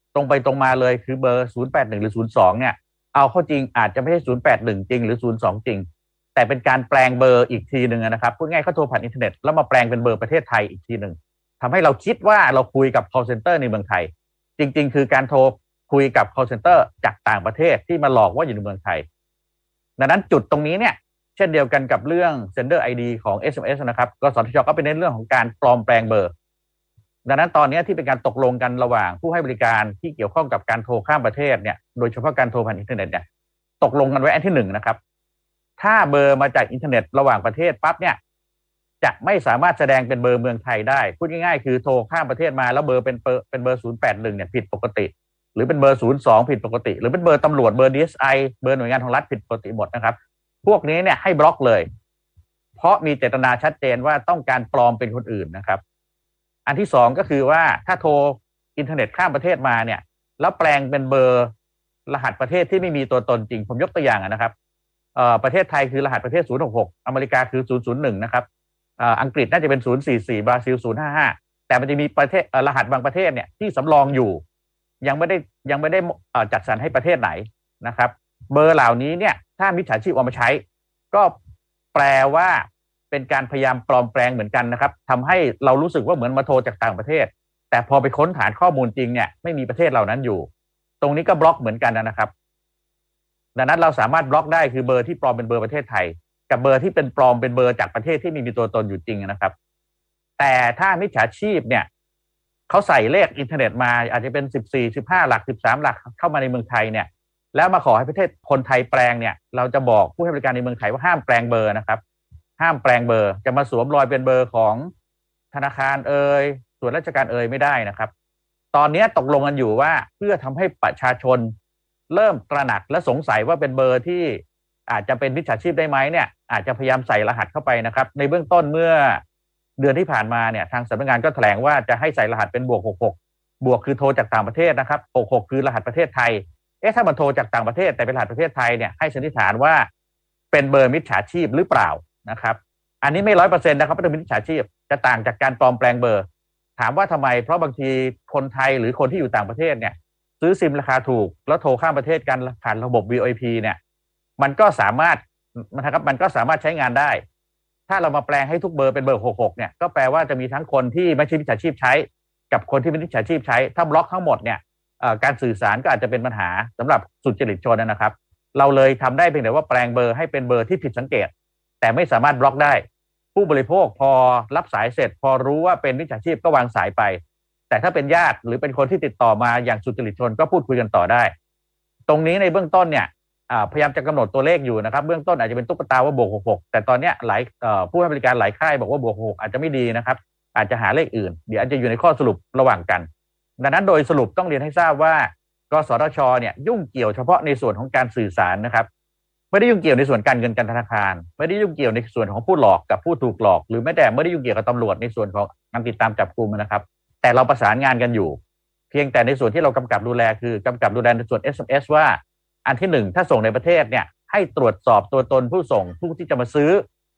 ตรงไปตรงมาเลยคือเบอร์081หรือ02เนี่ยเอาเข้าจริงอาจจะไม่ใช่081จริงหรือ02จริงแต่เป็นการแปลงเบอร์อีกทีหนึ่งนะครับพูดง่ายเขาโทรผ่านอินเทอร์เน็ตแล้วมาแปลงเป็นเบอร์ประเทศไทยอีกทีหนึ่งทำให้เราคิดว่าเราคุยกับ call center ในเมืองไทยจริงๆคือการโทรคุยกับ call center จากต่างประเทศที่มาหลอกว่าอยู่ในเมืองไทยดังนั้นจุดตรงนี้เนี่ยเช่นเดียวกันกับเรื่อง sender ID ของ SMS นะครับกสทช.ก็เป็นเรื่องของการปลอมแปลงเบอร์ดังนั้นตอนนี้ที่เป็นการตกลงกันระหว่างผู้ให้บริการที่เกี่ยวข้องกับการโทรข้ามประเทศเนี่ยโดยเฉพาะการโทรผ่านอินเทอร์เน็ตเนี่ยตกลงกันไว้อันที่1นะครับถ้าเบอร์มาจากอินเทอร์เน็ตระหว่างประเทศปั๊บเนี่ยจะไม่สามารถแสดงเป็นเบอร์เมืองไทยได้พูดง่ายๆคือโทรข้ามประเทศมาแล้วเบอร์เป็นเบอร์081เนี่ยผิดปกติหรือเป็นเบอร์02ผิดปกติหรือเป็นเบอร์ตำรวจเบอร์ DSI เบอร์หน่วยงานของรัฐผิดปกติหมดนะครับพวกนี้เนี่ยให้บล็อกเลยเพราะมีเจตนาชัดเจนว่าต้องการปลอมเป็นคนอื่นนะครับอันที่2ก็คือว่าถ้าโทรอินเทอร์เน็ตข้ามประเทศมาเนี่ยแล้วแปลงเป็นเบอร์รหัสประเทศที่ไม่มีตัวตนจริงผมยกตัวอย่างนะครับประเทศไทยคือรหัสประเทศ066อเมริกาคือ001นะครับอังกฤษน่าจะเป็น044บราซิล055แต่มันจะมีประเทศรหัสบางประเทศเนี่ยที่สำรองอยู่ยังไม่ได้จัดสรรให้ประเทศไหนนะครับเบอร์เหล่านี้เนี่ยถ้ามิจฉาชีพเอามาใช้ก็แปลว่าเป็นการพยายามปลอมแปลงเหมือนกันนะครับทำให้เรารู้สึกว่าเหมือนมาโทรจากต่างประเทศแต่พอไปค้นฐานข้อมูลจริงเนี่ยไม่มีประเทศเหล่านั้นอยู่ตรงนี้ก็บล็อกเหมือนกันนะครับดังนั้นเราสามารถบล็อกได้คือเบอร์ที่ปลอมเป็นเบอร์ประเทศไทยกับเบอร์ที่เป็นปลอมเป็นเบอร์จากประเทศที่มีตัวตนอยู่จริงนะครับแต่ถ้ามิจฉาชีพเนี่ยเขาใส่เลขอินเทอร์เน็ตมาอาจจะเป็น14 15หลัก13หลักเข้ามาในเมืองไทยเนี่ยแล้วมาขอให้ประเทศคนไทยแปลงเนี่ยเราจะบอกผู้ให้บริการในเมืองไทยว่าห้ามแปลงเบอร์นะครับห้ามแปลงเบอร์จะมาสวมรอยเป็นเบอร์ของธนาคารส่วนราชการไม่ได้นะครับตอนนี้ตกลงกันอยู่ว่าเพื่อทำให้ประชาชนเริ่มตระหนักและสงสัยว่าเป็นเบอร์ที่อาจจะเป็นมิจฉาชีพได้ไหมเนี่ยอาจจะพยายามใส่รหัสเข้าไปนะครับในเบื้องต้นเมื่อเดือนที่ผ่านมาเนี่ยทางสำนักงานก็แถลงว่าจะให้ใส่รหัสเป็น+66บวกคือโทรจากต่างประเทศนะครับ66คือรหัสประเทศไทยถ้ามันโทรจากต่างประเทศแต่เป็นรหัสประเทศไทยเนี่ยให้สันนิษฐานว่าเป็นเบอร์มิจฉาชีพหรือเปล่านะครับอันนี้ไม่100%นะครับเป็นมิจฉาชีพจะต่างจากการปลอมแปลงเบอร์ถามว่าทำไมเพราะบางทีคนไทยหรือคนที่อยู่ต่างประเทศเนี่ยซื้อซิมราคาถูกแล้วโทรข้ามประเทศกันผ่านระบบ VoIP เนี่ยมันก็สามารถนะครับมันก็สามารถใช้งานได้ถ้าเรามาแปลงให้ทุกเบอร์เป็นเบอร์66เนี่ยก็แปลว่าจะมีทั้งคนที่ไม่ใช่มิจฉาชีพใช้กับคนที่เป็นมิจฉาชีพใช้ถ้าบล็อกทั้งหมดเนี่ยการสื่อสารก็อาจจะเป็นปัญหาสำหรับสุจริตชนนะครับเราเลยทำได้เพียงแต่ว่าแปลงเบอร์ให้เป็นเบอร์ที่ผิดสังเกตแต่ไม่สามารถบล็อกได้ผู้บริโภคพอรับสายเสร็จพอรู้ว่าเป็นมิจฉาชีพก็วางสายไปแต่ถ้าเป็นญาติหรือเป็นคนที่ติดต่อมาอย่างสุจริตชนก็พูดคุยกันต่อได้ตรงนี้ในเบื้องต้นเนี่ยพยายามจะกำหนดตัวเลขอยู่นะครับเบื้องต้นอาจจะเป็นตุ๊กตาว่า+66แต่ตอนนี้หลายผู้ให้บริการหลายค่ายบอกว่า+66อาจจะไม่ดีนะครับอาจจะหาเลขอื่นเดี๋ยวอาจจะอยู่ในข้อสรุประหว่างกันดังนั้นโดยสรุปต้องเรียนให้ทราบว่ากสทช.เนี่ยยุ่งเกี่ยวเฉพาะในส่วนของการสื่อสารนะครับไม่ได้ยุ่งเกี่ยวในส่วนการเงินการธนาคารไม่ได้ยุ่งเกี่ยวในส่วนของผู้หลอกกับผู้ถูกหลอกหรือแม้แต่ไม่ได้ยุ่งเกี่ยวกับตำรวจในส่วนของการติดตามจับกุมนะครับแต่เราประสานงานกันอยู่เพียงแต่ในส่วนที่เรากำกับดูแลคือกำกับดูแลในส่วน SMS ว่าอันที่1ถ้าส่งในประเทศเนี่ยให้ตรวจสอบตัวตนผู้ส่งผู้ที่จะมาซื้อ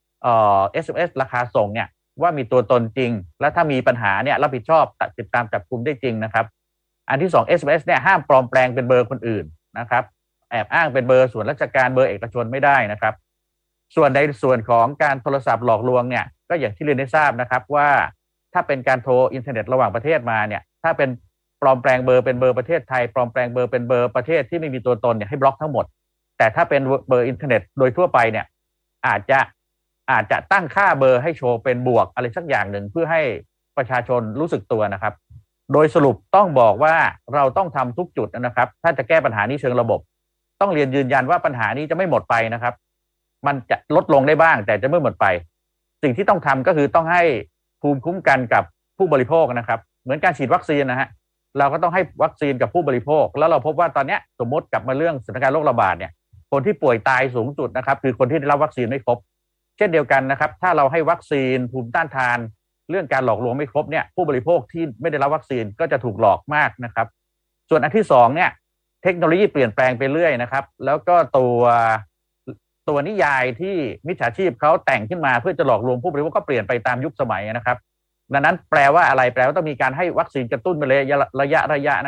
SMS ราคาส่งเนี่ยว่ามีตัวตนจริงและถ้ามีปัญหาเนี่ยรับผิดชอบติดตามจับกุมได้จริงนะครับอันที่2 SMS เนี่ยห้ามปลอมแปลงเป็นเบอร์คนอื่นนะครับแอบอ้างเป็นเบอร์ส่วนราชการเบอร์เอกชนไม่ได้นะครับส่วนในส่วนของการโทรศัพท์หลอกลวงเนี่ยก็อย่างที่เรียนได้ทราบนะครับว่าถ้าเป็นการโทรอินเทอร์เน็ตระหว่างประเทศมาเนี่ยถ้าเป็นปลอมแปลงเบอร์เป็นเบอร์ประเทศไทยปลอมแปลงเบอร์เป็นเบอร์ประเทศที่ไม่มีตัวตนเนี่ยให้บล็อกทั้งหมดแต่ถ้าเป็นเบอร์อินเทอร์เน็ตโดยทั่วไปเนี่ยอาจจะตั้งค่าเบอร์ให้โชว์เป็นบวกอะไรสักอย่างหนึ่งเพื่อให้ประชาชนรู้สึกตัวนะครับโดยสรุปต้องบอกว่าเราต้องทำทุกจุดนะครับถ้าจะแก้ปัญหานี้เชิงระบบต้องเรียนยืนยันว่าปัญหานี้จะไม่หมดไปนะครับมันจะลดลงได้บ้างแต่จะไม่หมดไปสิ่งที่ต้องทำก็คือต้องให้ภูมิคุ้มกันกับผู้บริโภคนะครับเหมือนการฉีดวัคซีนนะฮะเราก็ต้องให้วัคซีนกับผู้บริโภคแล้วเราพบว่าตอนนี้สมมติกลับมาเรื่องสถานการณ์โรคระบาดเนี่ยคนที่ป่วยตายสูงสุดนะครับคือคนที่ได้รับวัคซีนไม่ครบเช่นเดียวกันนะครับถ้าเราให้วัคซีนภูมิต้านทานเรื่องการหลอกลวงไม่ครบเนี่ยผู้บริโภคที่ไม่ได้รับวัคซีนก็จะถูกหลอกมากนะครับส่วนอันที่2เนี่ยเทคโนโลยีเปลี่ยนแปลงไปเรื่อยนะครับแล้วก็ตัวนิยายที่มิจฉาชีพเขาแต่งขึ้นมาเพื่อจะหลอกลวงผู้บริโภคก็เปลี่ยนไปตามยุคสมัยนะครับดังนั้นแปลว่าอะไรแปลว่าต้องมีการให้วัคซีนกระตุ้นไประยะนะครับ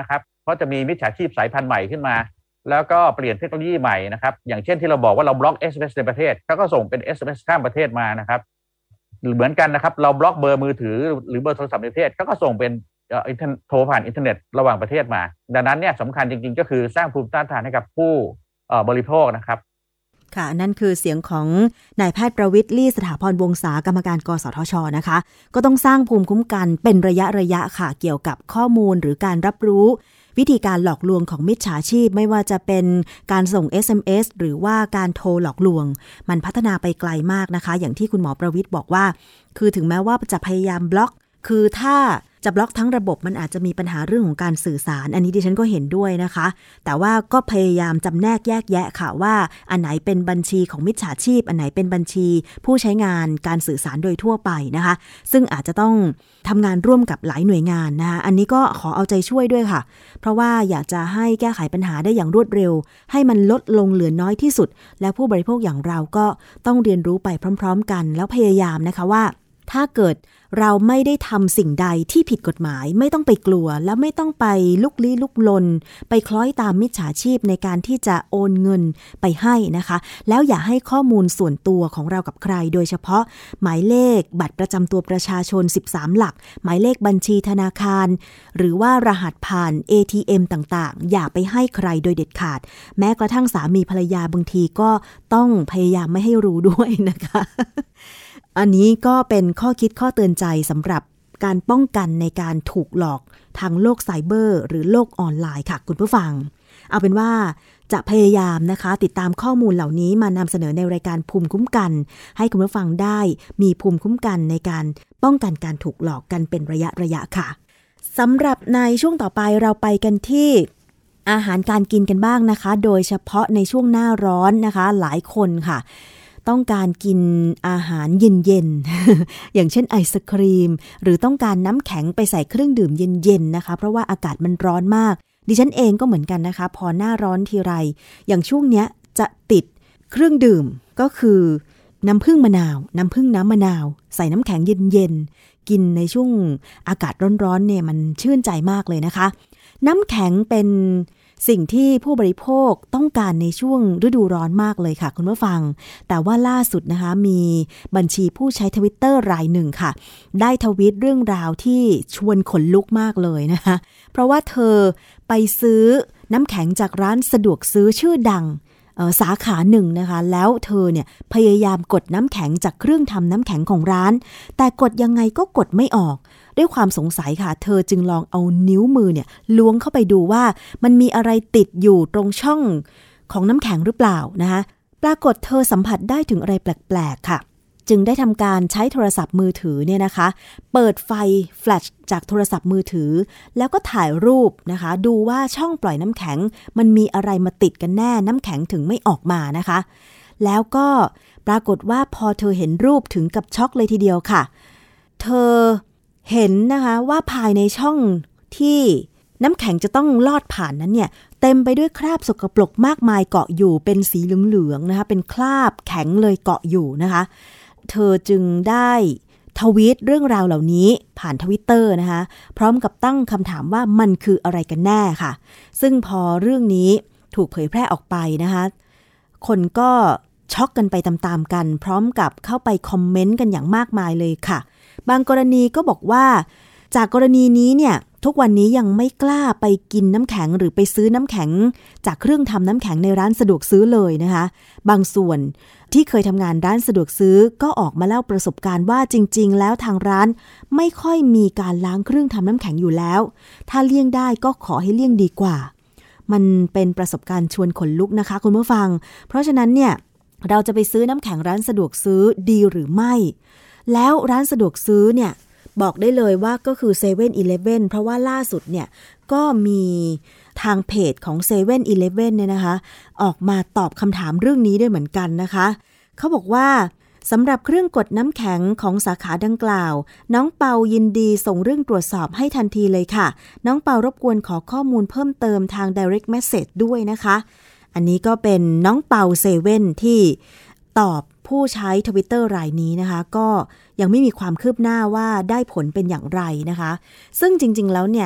เพราะจะมีมิจฉาชีพสายพันธุ์ใหม่ขึ้นมาแล้วก็เปลี่ยนเทคโนโลยีใหม่นะครับอย่างเช่นที่เราบอกว่าเราบล็อก SMS ในประเทศเขาก็ส่งเป็น SMS ข้ามประเทศมานะครับเหมือนกันนะครับเราบล็อกเบอร์มือถือหรือเบอร์โทรศัพท์ในประเทศเขาก็ส่งเป็นโทรผ่านอินเทอร์เน็ตระหว่างประเทศมาดังนั้นเนี่ยสำคัญจริงๆก็คือสร้างภูมิต้านทานให้กับผู้บริโภคนะครับค่ะนั่นคือเสียงของนายแพทย์ประวิตร ลี่สถาพรวงศากรรมการกสทช.นะคะก็ต้องสร้างภูมิคุ้มกันเป็นระยะค่ะเกี่ยวกับข้อมูลหรือการรับรู้วิธีการหลอกลวงของมิจฉาชีพไม่ว่าจะเป็นการส่ง SMS หรือว่าการโทรหลอกลวงมันพัฒนาไปไกลมากนะคะอย่างที่คุณหมอประวิตรบอกว่าคือถึงแม้ว่าจะพยายามบล็อกคือถ้าจะบล็อกทั้งระบบมันอาจจะมีปัญหาเรื่องของการสื่อสารอันนี้ดิฉันก็เห็นด้วยนะคะแต่ว่าก็พยายามจำแนกแยกแยะค่ะว่าอันไหนเป็นบัญชีของมิจฉาชีพอันไหนเป็นบัญชีผู้ใช้งานการสื่อสารโดยทั่วไปนะคะซึ่งอาจจะต้องทำงานร่วมกับหลายหน่วยงานนะคะอันนี้ก็ขอเอาใจช่วยด้วยค่ะเพราะว่าอยากจะให้แก้ไขปัญหาได้อย่างรวดเร็วให้มันลดลงเหลือน้อยที่สุดและผู้บริโภคอย่างเราก็ต้องเรียนรู้ไปพร้อมๆกันแล้วพยายามนะคะว่าถ้าเกิดเราไม่ได้ทำสิ่งใดที่ผิดกฎหมายไม่ต้องไปกลัวและไม่ต้องไปลุกลี้ลุกลนไปคล้อยตามมิจฉาชีพในการที่จะโอนเงินไปให้นะคะแล้วอย่าให้ข้อมูลส่วนตัวของเรากับใครโดยเฉพาะหมายเลขบัตรประจำตัวประชาชน13หลักหมายเลขบัญชีธนาคารหรือว่ารหัสผ่าน ATM ต่างๆอย่าไปให้ใครโดยเด็ดขาดแม้กระทั่งสามีภรรยาบางทีก็ต้องพยายามไม่ให้รู้ด้วยนะคะอันนี้ก็เป็นข้อคิดข้อเตือนใจสำหรับการป้องกันในการถูกหลอกทางโลกไซเบอร์หรือโลกออนไลน์ค่ะคุณผู้ฟังเอาเป็นว่าจะพยายามนะคะติดตามข้อมูลเหล่านี้มานำเสนอในรายการภูมิคุ้มกันให้คุณผู้ฟังได้มีภูมิคุ้มกันในการป้องกันการถูกหลอกกันเป็นระยะค่ะสำหรับในช่วงต่อไปเราไปกันที่อาหารการกินกันบ้างนะคะโดยเฉพาะในช่วงหน้าร้อนนะคะหลายคนค่ะต้องการกินอาหารเย็นๆ อย่างเช่นไอศครีมหรือต้องการน้ำแข็งไปใส่เครื่องดื่มเย็นๆนะคะเพราะว่าอากาศมันร้อนมากดิฉันเองก็เหมือนกันนะคะพอหน้าร้อนทีไรอย่างช่วงเนี้ยจะติดเครื่องดื่มก็คือน้ำผึ้งมะนาวน้ำผึ้งน้ำมะนาวใส่น้ำแข็งเย็นๆกินในช่วงอากาศร้อนๆเนี่ยมันชื่นใจมากเลยนะคะน้ำแข็งเป็นสิ่งที่ผู้บริโภคต้องการในช่วงฤดูร้อนมากเลยค่ะคุณผู้ฟังแต่ว่าล่าสุดนะคะมีบัญชีผู้ใช้ Twitter รายหนึ่งค่ะได้ทวีตเรื่องราวที่ชวนขนลุกมากเลยนะคะเพราะว่าเธอไปซื้อน้ำแข็งจากร้านสะดวกซื้อชื่อดังสาขาหนึ่งนะคะแล้วเธอเนี่ยพยายามกดน้ำแข็งจากเครื่องทำน้ำแข็งของร้านแต่กดยังไงก็กดไม่ออกด้วยความสงสัยค่ะเธอจึงลองเอานิ้วมือเนี่ยล้วงเข้าไปดูว่ามันมีอะไรติดอยู่ตรงช่องของน้ำแข็งหรือเปล่านะคะปรากฏเธอสัมผัสได้ถึงอะไรแปลกๆค่ะจึงได้ทำการใช้โทรศัพท์มือถือเนี่ยนะคะเปิดไฟแฟลชจากโทรศัพท์มือถือแล้วก็ถ่ายรูปนะคะดูว่าช่องปล่อยน้ำแข็งมันมีอะไรมาติดกันแน่น้ำแข็งถึงไม่ออกมานะคะแล้วก็ปรากฏว่าพอเธอเห็นรูปถึงกับช็อกเลยทีเดียวค่ะเธอเห็นนะคะว่าภายในช่องที่น้ำแข็งจะต้องลอดผ่านนั้นเนี่ยเต็มไปด้วยคราบสกปรกมากมายเกาะอยู่เป็นสีเหลืองๆนะคะเป็นคราบแข็งเลยเกาะอยู่นะคะเธอจึงได้ทวีตเรื่องราวเหล่านี้ผ่าน Twitter นะคะพร้อมกับตั้งคำถามว่ามันคืออะไรกันแน่ค่ะซึ่งพอเรื่องนี้ถูกเผยแพร่ออกไปนะคะคนก็ช็อกกันไปตามๆกันพร้อมกับเข้าไปคอมเมนต์กันอย่างมากมายเลยค่ะบางกรณีก็บอกว่าจากกรณีนี้เนี่ยทุกวันนี้ยังไม่กล้าไปกินน้ำแข็งหรือไปซื้อน้ำแข็งจากเครื่องทำน้ำแข็งในร้านสะดวกซื้อเลยนะคะบางส่วนที่เคยทำงานร้านสะดวกซื้อก็ออกมาเล่าประสบการณ์ว่าจริงๆแล้วทางร้านไม่ค่อยมีการล้างเครื่องทำน้ำแข็งอยู่แล้วถ้าเลี่ยงได้ก็ขอให้เลี่ยงดีกว่ามันเป็นประสบการณ์ชวนขนลุกนะคะคุณผู้ฟังเพราะฉะนั้นเนี่ยเราจะไปซื้อน้ำแข็งร้านสะดวกซื้อดีหรือไม่แล้วร้านสะดวกซื้อเนี่ยบอกได้เลยว่าก็คือ 7-Eleven เพราะว่าล่าสุดเนี่ยก็มีทางเพจของ 7-Eleven เนี่ยนะคะออกมาตอบคำถามเรื่องนี้ด้วยเหมือนกันนะคะเขาบอกว่าสำหรับเครื่องกดน้ำแข็งของสาขาดังกล่าวน้องเปายินดีส่งเรื่องตรวจสอบให้ทันทีเลยค่ะน้องเปารบกวนขอข้อมูลเพิ่มเติมทาง direct message ด้วยนะคะอันนี้ก็เป็นน้องเปา7ที่ตอบผู้ใช้ Twitter รายนี้นะคะก็ยังไม่มีความคืบหน้าว่าได้ผลเป็นอย่างไรนะคะซึ่งจริงๆแล้วเนี่ย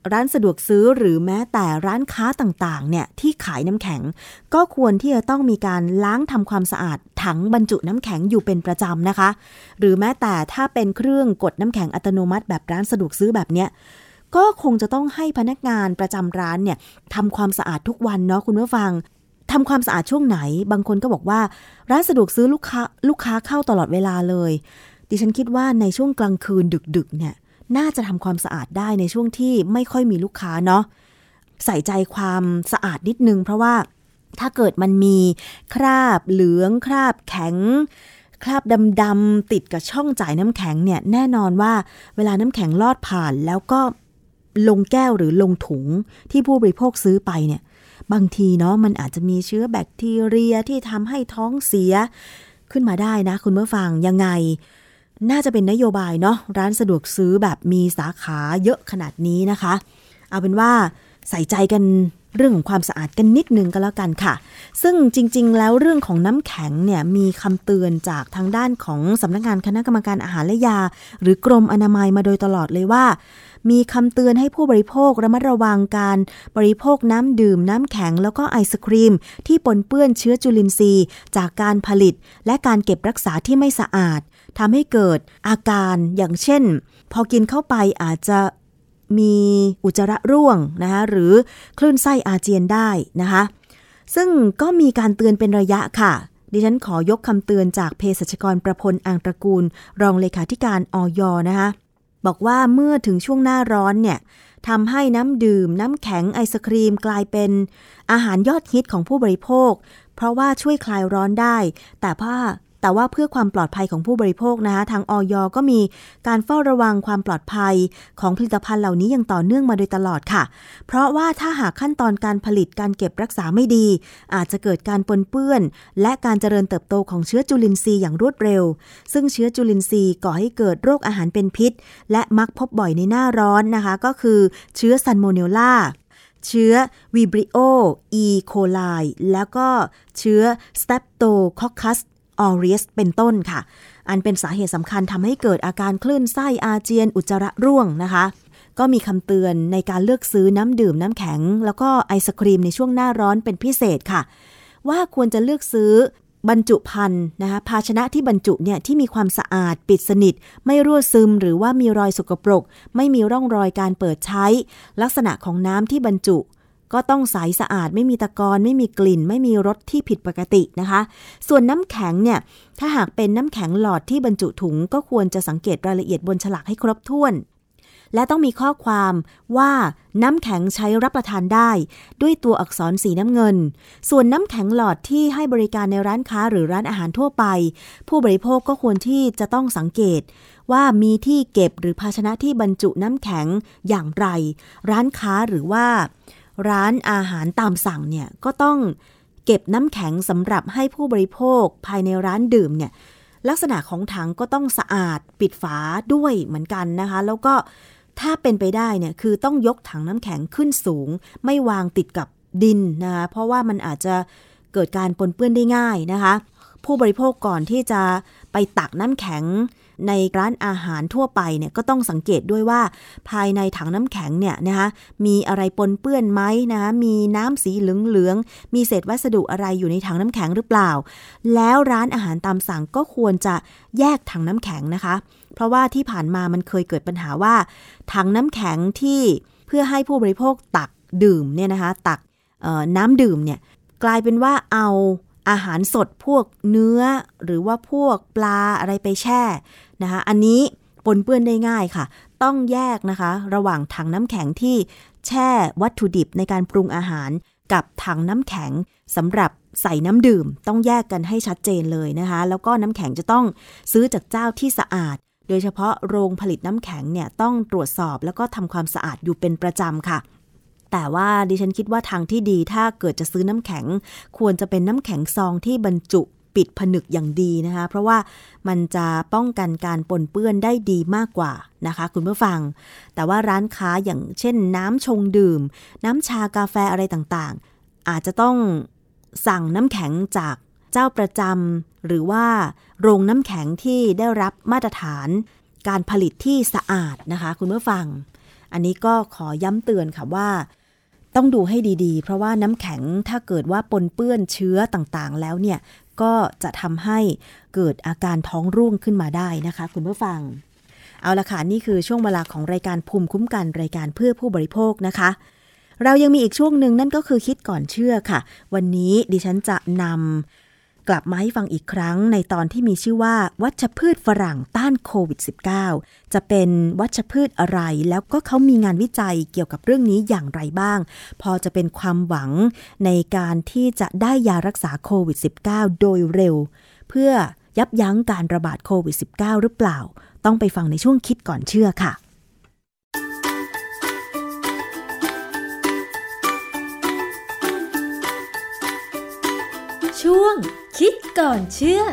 ร้านสะดวกซื้อหรือแม้แต่ร้านค้าต่างๆเนี่ยที่ขายน้ำแข็งก็ควรที่จะต้องมีการล้างทำความสะอาดถังบรรจุน้ำแข็งอยู่เป็นประจำนะคะหรือแม้แต่ถ้าเป็นเครื่องกดน้ำแข็งอัตโนมัติแบบร้านสะดวกซื้อแบบเนี้ยก็คงจะต้องให้พนักงานประจำร้านเนี่ยทำความสะอาดทุกวันเนาะคุณผู้ฟังทำความสะอาดช่วงไหนบางคนก็บอกว่าร้านสะดวกซื้อลูกค้าเข้าตลอดเวลาเลยดิฉันคิดว่าในช่วงกลางคืนดึกๆเนี่ยน่าจะทำความสะอาดได้ในช่วงที่ไม่ค่อยมีลูกค้าเนาะใส่ใจความสะอาดนิดนึงเพราะว่าถ้าเกิดมันมีคราบเหลืองคราบแข็งคราบดำๆติดกับช่องจ่ายน้ำแข็งเนี่ยแน่นอนว่าเวลาน้ำแข็งลอดผ่านแล้วก็ลงแก้วหรือลงถุงที่ผู้บริโภคซื้อไปเนี่ยบางทีเนาะมันอาจจะมีเชื้อแบคทีเรียที่ทำให้ท้องเสียขึ้นมาได้นะคุณผู้ฟังยังไงน่าจะเป็นนโยบายเนาะร้านสะดวกซื้อแบบมีสาขาเยอะขนาดนี้นะคะเอาเป็นว่าใส่ใจกันเรื่องของความสะอาดกันนิดนึงก็แล้วกันค่ะซึ่งจริงๆแล้วเรื่องของน้ำแข็งเนี่ยมีคำเตือนจากทางด้านของสำนักงานคณะกรรมการอาหารและยาหรือกรมอนามัยมาโดยตลอดเลยว่ามีคำเตือนให้ผู้บริโภคระมัดระวังการบริโภคน้ำดื่มน้ำแข็งแล้วก็ไอศกรีมที่ปนเปื้อนเชื้อจุลินทรีย์จากการผลิตและการเก็บรักษาที่ไม่สะอาดทำให้เกิดอาการอย่างเช่นพอกินเข้าไปอาจจะมีอุจจาระร่วงนะคะหรือคลื่นไส้อาเจียนได้นะคะซึ่งก็มีการเตือนเป็นระยะค่ะดิฉันขอยกคำเตือนจากเภสัชกรประพลอังตระกูลรองเลขาธิการอย.นะคะบอกว่าเมื่อถึงช่วงหน้าร้อนเนี่ยทำให้น้ำดื่มน้ำแข็งไอศครีมกลายเป็นอาหารยอดฮิตของผู้บริโภคเพราะว่าช่วยคลายร้อนได้แต่ว่าเพื่อความปลอดภัยของผู้บริโภคนะคะทางอย.ก็มีการเฝ้าระวังความปลอดภัยของผลิตภัณฑ์เหล่านี้อย่างต่อเนื่องมาโดยตลอดค่ะเพราะว่าถ้าหากขั้นตอนการผลิตการเก็บรักษาไม่ดีอาจจะเกิดการปนเปื้อนและการเจริญเติบโตของเชื้อจุลินทรีย์อย่างรวดเร็วซึ่งเชื้อจุลินทรีย์ก่อให้เกิดโรคอาหารเป็นพิษและมักพบบ่อยในหน้าร้อนนะคะก็คือเชื้อซัลโมเนลลาเชื้อวีบริโออีโคไลแล้วก็เชื้อสเตปโตคอคคัสออเรียสเป็นต้นค่ะอันเป็นสาเหตุสำคัญทำให้เกิดอาการคลื่นไส้อาเจียนอุจจาระร่วงนะคะก็มีคำเตือนในการเลือกซื้อน้ำดื่มน้ำแข็งแล้วก็ไอศครีมในช่วงหน้าร้อนเป็นพิเศษค่ะว่าควรจะเลือกซื้อบรรจุภัณฑ์นะคะภาชนะที่บรรจุเนี่ยที่มีความสะอาดปิดสนิทไม่รั่วซึมหรือว่ามีรอยสกปรกไม่มีร่องรอยการเปิดใช้ลักษณะของน้ำที่บรรจุก็ต้องใสสะอาดไม่มีตะกอนไม่มีกลิ่นไม่มีรสที่ผิดปกตินะคะส่วนน้ำแข็งเนี่ยถ้าหากเป็นน้ำแข็งหลอดที่บรรจุถุงก็ควรจะสังเกตรายละเอียดบนฉลากให้ครบถ้วนและต้องมีข้อความว่าน้ำแข็งใช้รับประทานได้ด้วยตัวอักษรสีน้ำเงินส่วนน้ำแข็งหลอดที่ให้บริการในร้านค้าหรือร้านอาหารทั่วไปผู้บริโภคก็ควรที่จะต้องสังเกตว่ามีที่เก็บหรือภาชนะที่บรรจุน้ำแข็งอย่างไรร้านค้าหรือว่าร้านอาหารตามสั่งเนี่ยก็ต้องเก็บน้ำแข็งสำหรับให้ผู้บริโภคภายในร้านดื่มเนี่ยลักษณะของถังก็ต้องสะอาดปิดฝาด้วยเหมือนกันนะคะแล้วก็ถ้าเป็นไปได้เนี่ยคือต้องยกถังน้ำแข็งขึ้นสูงไม่วางติดกับดินนะคะเพราะว่ามันอาจจะเกิดการปนเปื้อนได้ง่ายนะคะผู้บริโภคก่อนที่จะไปตักน้ำแข็งในร้านอาหารทั่วไปเนี่ยก็ต้องสังเกตด้วยว่าภายในถังน้ำแข็งเนี่ยนะคะมีอะไรปนเปื้อนไหมนะคะมีน้ำสีเหลืองๆมีเศษวัสดุอะไรอยู่ในถังน้ำแข็งหรือเปล่าแล้วร้านอาหารตามสั่งก็ควรจะแยกถังน้ำแข็งนะคะเพราะว่าที่ผ่านมามันเคยเกิดปัญหาว่าถังน้ำแข็งที่เพื่อให้ผู้บริโภคตักดื่มเนี่ยนะคะตักน้ำดื่มเนี่ยกลายเป็นว่าเอาอาหารสดพวกเนื้อหรือว่าพวกปลาอะไรไปแช่นะคะอันนี้ปนเปื้อนได้ง่ายค่ะต้องแยกนะคะระหว่างถังน้ำแข็งที่แช่วัตถุดิบในการปรุงอาหารกับถังน้ำแข็งสำหรับใส่น้ำดื่มต้องแยกกันให้ชัดเจนเลยนะคะแล้วก็น้ำแข็งจะต้องซื้อจากเจ้าที่สะอาดโดยเฉพาะโรงผลิตน้ำแข็งเนี่ยต้องตรวจสอบแล้วก็ทำความสะอาดอยู่เป็นประจำค่ะแต่ว่าดิฉันคิดว่าทางที่ดีถ้าเกิดจะซื้อน้ำแข็งควรจะเป็นน้ำแข็งซองที่บรรจุปิดผนึกอย่างดีนะคะเพราะว่ามันจะป้องกันการปนเปื้อนได้ดีมากกว่านะคะคุณผู้ฟังแต่ว่าร้านค้าอย่างเช่นน้ำชงดื่มน้ำชากาแฟอะไรต่างๆอาจจะต้องสั่งน้ำแข็งจากเจ้าประจำหรือว่าโรงน้ำแข็งที่ได้รับมาตรฐานการผลิตที่สะอาดนะคะคุณผู้ฟังอันนี้ก็ขอย้ำเตือนค่ะว่าต้องดูให้ดีๆเพราะว่าน้ำแข็งถ้าเกิดว่าปนเปื้อนเชื้อต่างๆแล้วเนี่ยก็จะทำให้เกิดอาการท้องร่วงขึ้นมาได้นะคะคุณผู้ฟังเอาละค่ะนี่คือช่วงเวลาของรายการภูมิคุ้มกันรายการเพื่อผู้บริโภคนะคะเรายังมีอีกช่วงหนึ่งนั่นก็คือคิดก่อนเชื่อค่ะวันนี้ดิฉันจะนำกลับมาให้ฟังอีกครั้งในตอนที่มีชื่อว่าวัชพืชฝรั่งต้านโควิด -19 จะเป็นวัชพืชอะไรแล้วก็เขามีงานวิจัยเกี่ยวกับเรื่องนี้อย่างไรบ้างพอจะเป็นความหวังในการที่จะได้ยารักษาโควิด -19 โดยเร็วเพื่อยับยั้งการระบาดโควิด -19 หรือเปล่าต้องไปฟังในช่วงคิดก่อนเชื่อค่ะช่วงคิดก่อนเชื่อ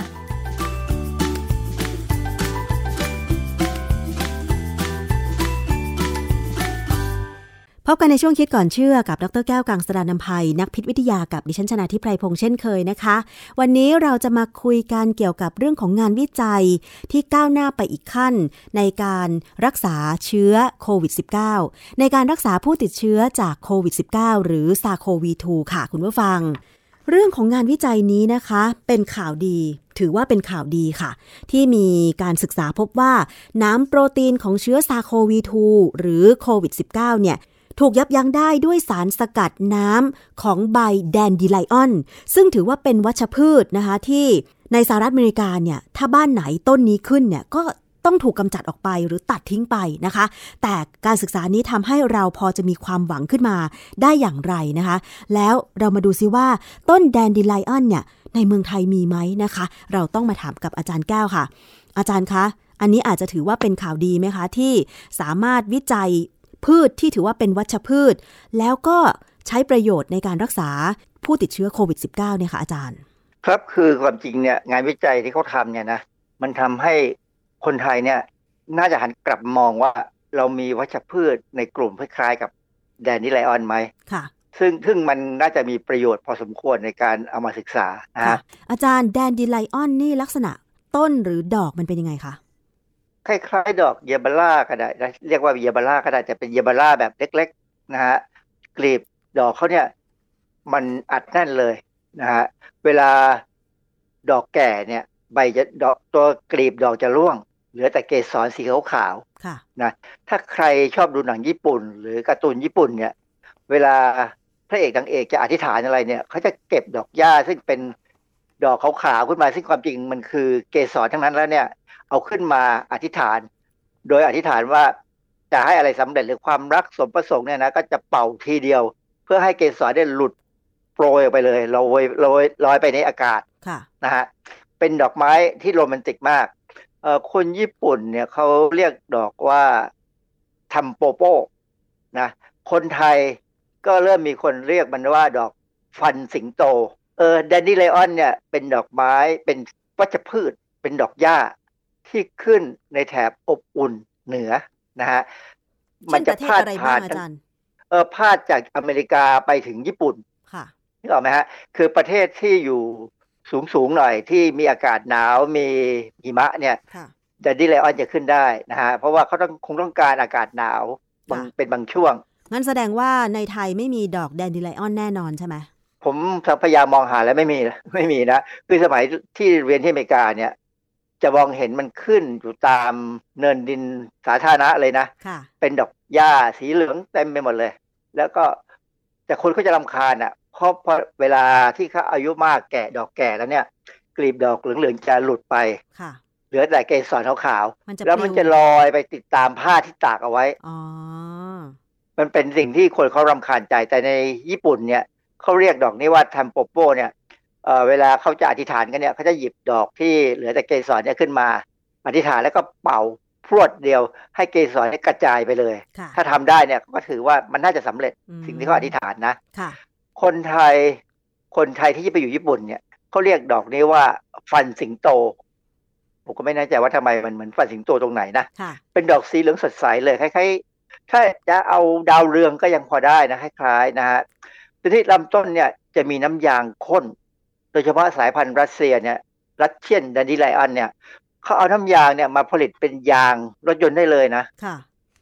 พบกันในช่วงคิดก่อนเชื่อกับดร.แก้วกังสดาลอำไพนักพิษวิทยากับดิฉันชนาธิปไพพงษ์เช่นเคยนะคะวันนี้เราจะมาคุยกันเกี่ยวกับเรื่องของงานวิจัยที่ก้าวหน้าไปอีกขั้นในการรักษาเชื้อโควิด -19 ในการรักษาผู้ติดเชื้อจากโควิด -19 หรือ SARS-CoV-2 ค่ะคุณผู้ฟังเรื่องของงานวิจัยนี้นะคะเป็นข่าวดีถือว่าเป็นข่าวดีค่ะที่มีการศึกษาพบว่าน้ำโปรตีนของเชื้อ SARS-CoV-2 หรือโควิด -19 เนี่ยถูกยับยั้งได้ด้วยสารสกัดน้ำของใบแดนดิไลออนซึ่งถือว่าเป็นวัชพืชนะคะที่ในสหรัฐอเมริกาเนี่ยถ้าบ้านไหนต้นนี้ขึ้นเนี่ยก็ต้องถูกกำจัดออกไปหรือตัดทิ้งไปนะคะแต่การศึกษานี้ทำให้เราพอจะมีความหวังขึ้นมาได้อย่างไรนะคะแล้วเรามาดูซิว่าต้นแดนดิไลออนเนี่ยในเมืองไทยมีไหมนะคะเราต้องมาถามกับอาจารย์แก้วค่ะอาจารย์คะอันนี้อาจจะถือว่าเป็นข่าวดีไหมคะที่สามารถวิจัยพืชที่ถือว่าเป็นวัชพืชแล้วก็ใช้ประโยชน์ในการรักษาผู้ติดเชื้อโควิด -19 เนี่ยค่ะอาจารย์ครับคือความจริงเนี่ยงานวิจัยที่เขาทำเนี่ยนะมันทำให้คนไทยเนี่ยน่าจะหันกลับมองว่าเรามีวัชพืชในกลุ่มคล้ายๆกับแดนดิไลออนไหมค่ะซึ่งมันน่าจะมีประโยชน์พอสมควรในการเอามาศึกษาค่ะอาจารย์แดนดิไลออนนี่ลักษณะต้นหรือดอกมันเป็นยังไงคะคล้ายๆดอกเยเบล่าก็ได้เรียกว่าเยเบล่าก็ได้แต่เป็นเยเบล่าแบบเล็กๆนะฮะกลีบดอกเขาเนี่ยมันอัดแน่นเลยนะฮะเวลาดอกแก่เนี่ยใบจะดอกตัวกลีบดอกจะร่วงเหลือแต่เกสรสีขาวๆนะถ้าใครชอบดูหนังญี่ปุ่นหรือการ์ตูนญี่ปุ่นเนี่ยเวลาพระเอกนางเอกจะอธิษฐานอะไรเนี่ยเขาจะเก็บดอกหญ้าซึ่งเป็นดอกขาวๆขึ้นมาซึ่งความจริงมันคือเกสรทั้งนั้นแล้วเนี่ยเอาขึ้นมาอธิษฐานโดยอธิษฐานว่าจะให้อะไรสำเร็จหรือความรักสมประสงค์เนี่ยนะก็จะเป่าทีเดียวเพื่อให้เกสรได้หลุดโปรยออกไปเลยลอยไปในอากาศนะฮะเป็นดอกไม้ที่โรแมนติกมากคนญี่ปุ่นเนี่ยเขาเรียกดอกว่าทัมโปโปนะคนไทยก็เริ่มมีคนเรียกมันว่าดอกฟันสิงโตแดนดิไลออนเนี่ยเป็นดอกไม้เป็นวัชพืชเป็นดอกหญ้าที่ขึ้นในแถบอบอุ่นเหนือนะฮะมันจะพาดผ่านพาดจากอเมริกาไปถึงญี่ปุ่นค่ะนึกออกไหมฮะคือประเทศที่อยู่สูงหน่อยที่มีอากาศหนาวมีหิมะเนี่ยแดนดิไลออนจะขึ้นได้นะฮะเพราะว่าเขาคงต้องการอากาศหนาวเป็นบางช่วงงั้นแสดงว่าในไทยไม่มีดอกแดนดิไลออนแน่นอนใช่ไหมผมพยายามมองหาแล้วไม่มีนะคือสมัยที่เรียนที่อเมริกาเนี่ยจะมองเห็นมันขึ้นอยู่ตามเนินดินสาธารณะเลยนะเป็นดอกหญ้าสีเหลืองเต็มไปหมดเลยแล้วก็แต่คนเขาจะรำคาญอ่ะเพราะเวลาที่เขาอายุมากแก่ดอกแก่แล้วเนี่ยกลีบดอกเหลืองๆจะหลุดไปเหลือแต่เกสรขาวๆแล้วมันจะลอยไปติดตามผ้าที่ตากเอาไว้มันเป็นสิ่งที่คนเขารำคาญใจแต่ในญี่ปุ่นเนี่ยเขาเรียกดอกนี้ว่าทัมโปโปเนี่ยเวลาเขาจะอธิษฐานกันเนี่ยเขาจะหยิบดอกที่เหลือแต่เกสรเนี่ยขึ้นมาอธิษฐานแล้วก็เป่าพรวดเดียวให้เกสรกระจายไปเลยถ้าทำได้เนี่ยก็ถือว่ามันน่าจะสำเร็จสิ่งที่เขาอธิษฐานนะคนไทยที่ไปอยู่ญี่ปุ่นเนี่ยเขาเรียกดอกนี้ว่าฟันสิงโตผมก็ไม่แน่ใจว่าทำไมมันเหมือนฟันสิงโตตรงไหนนะเป็นดอกสีเหลืองสดใสเลยคล้ายๆถ้าจะเอาดาวเรืองก็ยังพอได้นะคล้ายๆนะฮะที่ลำต้นเนี่ยจะมีน้ำยางข้นโดยเฉพาะสายพันธุ์รัสเซียเนี่ยรัสเซียนแดนดิไลออนเนี่ยเขาเอาน้ำยางเนี่ยมาผลิตเป็นยางรถยนต์ได้เลยนะ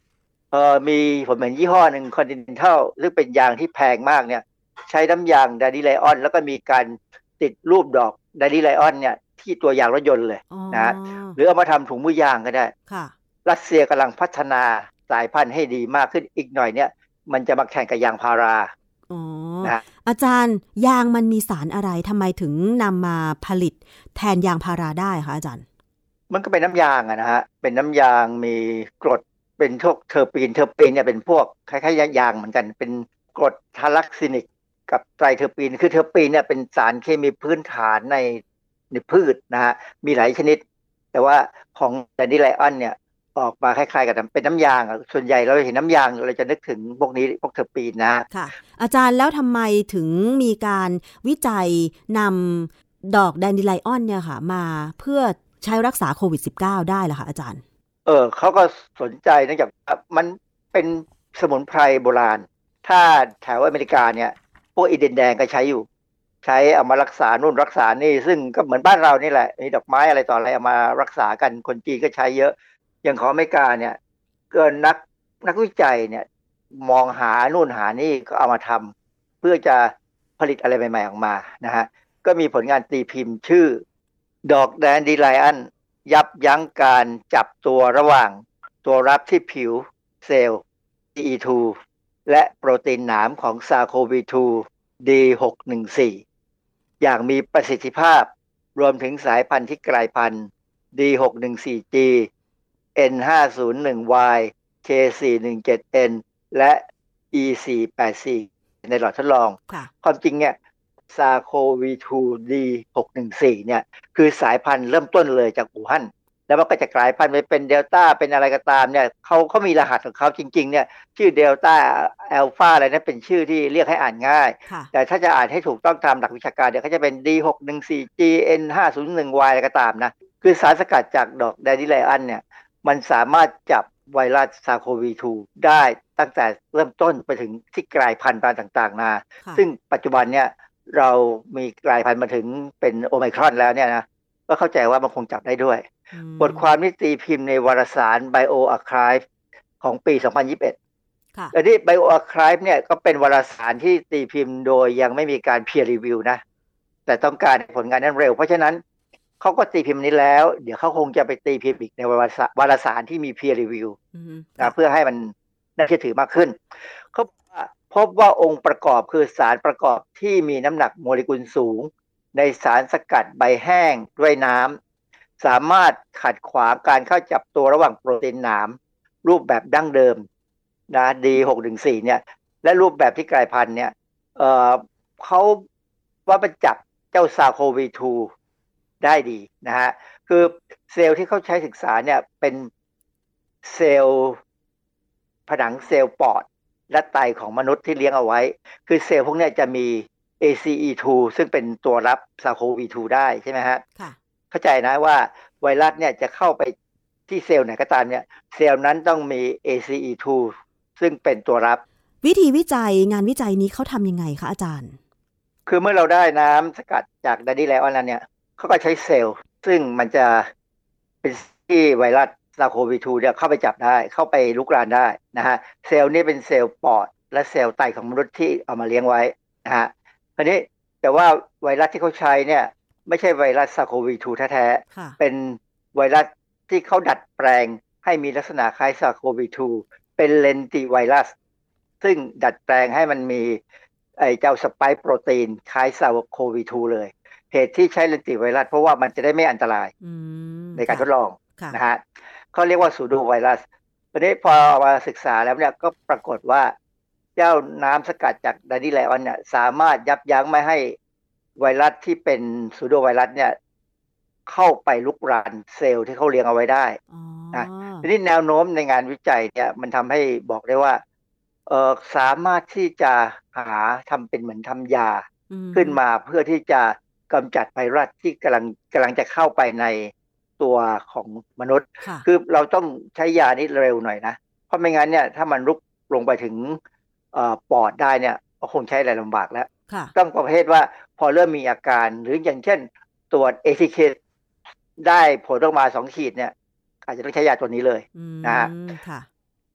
มีผมเห็นยี่ห้อหนึ่ง Continental ซึ่งเป็นยางที่แพงมากเนี่ยใช้น้ำยาง Daddy Lion แล้วก็มีการติดรูปดอก Daddy Lion เนี่ยที่ตัวยางรถยนต์เลยนะหรือเอามาทำถุงมือยางก็ได้รัสเซียกำลังพัฒนาสายพันธุ์ให้ดีมากขึ้นอีกหน่อยเนี่ยมันจะมาแข่งกับยางพารานะอาจารย์ยางมันมีสารอะไรทำไมถึงนำมาผลิตแทนยางพาราได้คะอาจารย์มันก็เป็นน้ำยางนะฮะเป็นน้ำยางมีกรดเป็นพวกเทอร์ปีนเนี่ยเป็นพวกคล้ายๆยางเหมือนกันเป็นกรดทาลักซินิกกับไตรเทอร์ปีนคือเทอร์ปีนเนี่ยเป็นสารเคมีพื้นฐานในพืชนะฮะมีหลายชนิดแต่ว่าของแดนดี้ไลออนเนี่ยออกมาคล้ายๆกับเป็นน้ำยางส่วนใหญ่เราเห็นน้ำยางเราจะนึกถึงพวกนี้พวกเทอร์ปีนนะค่ะอาจารย์แล้วทำไมถึงมีการวิจัยนำดอกแดนดี้ไลออนเนี่ยค่ะมาเพื่อใช้รักษาโควิด -19 ได้ล่ะคะอาจารย์เขาก็สนใจเนื่องจากมันเป็นสมุนไพรโบราณถ้าแถวอเมริกาเนี่ยพวกอินเดียนแดงก็ใช้อยู่ใช้เอามารักษานู่นรักษานี่ซึ่งก็เหมือนบ้านเรานี่แหละมีดอกไม้อะไรต่ออะไรเอามารักษากันคนจีนก็ใช้เยอะอย่างของอเมริกาเนี่ยเกินนักวิจัยเนี่ยมองหานู่นหานี่ก็เอามาทำเพื่อจะผลิตอะไรใหม่ๆออกมานะฮะก็มีผลงานตีพิมพ์ชื่อดอกแดนดี้ไลออนยับยั้งการจับตัวระหว่างตัวรับที่ผิวเซลล์ CE2 และโปรตีนหนามของ SARS-CoV-2 D614 อย่างมีประสิทธิภาพรวมถึงสายพันธุ์ที่กลายพันธุ์ D614G N501Y K417N และ E484 ในหลอดทดลองความจริงเนี่ย SARS-CoV-2 D614 เนี่ยคือสายพันธุ์เริ่มต้นเลยจากอู่ฮั่นแล้วมันก็จะกลายพันธุ์ไปเป็นเดลต้าเป็นอะไรก็ตามเนี่ยเขามีรหัสของเขาจริงๆเนี่ยชื่อเดลต้าอัลฟาอะไรนั้นเป็นชื่อที่เรียกให้อ่านง่ายแต่ถ้าจะอ่านให้ถูกต้องตามหลักวิชาการเดี๋ยวเขาจะเป็น D614G N501Y อะไรก็ตามนะคือสารสกัดจากดอกแดนดี้ไลออนเนี่ยมันสามารถจับไวรัส SARS-CoV-2 ได้ตั้งแต่เริ่มต้นไปถึงที่กลายพันธุ์ต่างๆมาซึ่งปัจจุบันเนี่ยเรามีกลายพันธุ์มาถึงเป็นโอไมครอนแล้วเนี่ยนะก็เข้าใจว่ามันคงจับได้ด้วยบทความนี้ตีพิมพ์ในวารสาร BioArchive ของปี 2021และที่ BioArchive เนี่ยก็เป็นวารสารที่ตีพิมพ์โดยยังไม่มีการ peer review นะแต่ต้องการผลงานนั้นเร็วเพราะฉะนั้นเขาก็ตีพิมพ์นี้แล้วเดี๋ยวเขาคงจะไปตีพิมพ์อีกในวารสารที่มี peer review นะเพื่อให้มันน่าเชื่อถือมากขึ้นเขาพบว่าองค์ประกอบคือสารประกอบที่มีน้ำหนักโมเลกุลสูงในสารสกัดใบแห้งด้วยน้ำสามารถขัดขวางการเข้าจับตัวระหว่างโปรตีนหนามรูปแบบดั้งเดิมนะ D614 เนี่ยและรูปแบบที่กลายพันธุ์เนี่ยเขาว่ามันจับเจ้า SARS-CoV-2 ได้ดีนะฮะคือเซลล์ที่เขาใช้ศึกษาเนี่ยเป็นเซลล์ผนังเซลล์ปอดและไตของมนุษย์ที่เลี้ยงเอาไว้คือเซลล์พวกนี้จะมี ACE2 ซึ่งเป็นตัวรับ SARS-CoV-2 ได้ใช่ไหมฮะเข้าใจนะว่าไวรัสเนี่ยจะเข้าไปที่เซลล์ไหนก็ตามเนี่ยเซลล์นั้นต้องมี ACE2 ซึ่งเป็นตัวรับวิธีวิจัยงานวิจัยนี้เขาทำยังไงคะอาจารย์คือเมื่อเราได้น้ำสกัดจากแดนดี้ไลออนแล้วเนี่ยเขาก็ใช้เซลล์ซึ่งมันจะเป็นที่ไวรัส SARS-CoV-2 เนี่ยเข้าไปจับได้เข้าไปลุกรานได้นะฮะเซลล์นี้เป็นเซลล์ปอดและเซลล์ไตของมนุษย์ที่เอามาเลี้ยงไว้นะฮะทีนี้แต่ว่าไวรัสที่เขาใช้เนี่ยไม่ใช่ไวรัส SARS-CoV-2 แท้ๆเป็นไวรัสที่เขาดัดแปลงให้มีลักษณะคล้าย SARS-CoV-2 เป็นเลนติไวรัสซึ่งดัดแปลงให้มันมีไอ้เจ้าสไปค์โปรตีนคล้าย SARS-CoV-2 เลยเหตุที่ใช้เลนติไวรัสเพราะว่ามันจะได้ไม่อันตรายในการทดลองนะฮะเขาเรียกว่าซูโดไวรัสทีนี้พอมาศึกษาแล้วเนี่ยก็ปรากฏว่าเจ้าน้ำสกัดจากแดนดี้ไลออนเนี่ยสามารถยับยั้งไม่ให้ไวรัสที่เป็นซูโดไวรัสเนี่ยเข้าไปลุกรานเซลล์ที่เขาเลี้ยงเอาไว้ได้นะทีนี้แนวโน้มในงานวิจัยเนี่ยมันทำให้บอกได้ว่าสามารถที่จะหาทำเป็นเหมือนทำยาขึ้นมาเพื่อที่จะกำจัดไวรัสที่กำลังจะเข้าไปในตัวของมนุษย์คือเราต้องใช้ยานี้เร็วหน่อยนะเพราะไม่งั้นเนี่ยถ้ามันลุกลงไปถึงปอดได้เนี่ยก็คงใช้อะไรลำบากแล้วต้องประเภทว่าพอเริ่มมีอาการหรืออย่างเช่นตรวจ ATK ได้ผลออกมา2 ขีดเนี่ยอาจจะต้องใช้ยาตัวนี้เลยนะฮะ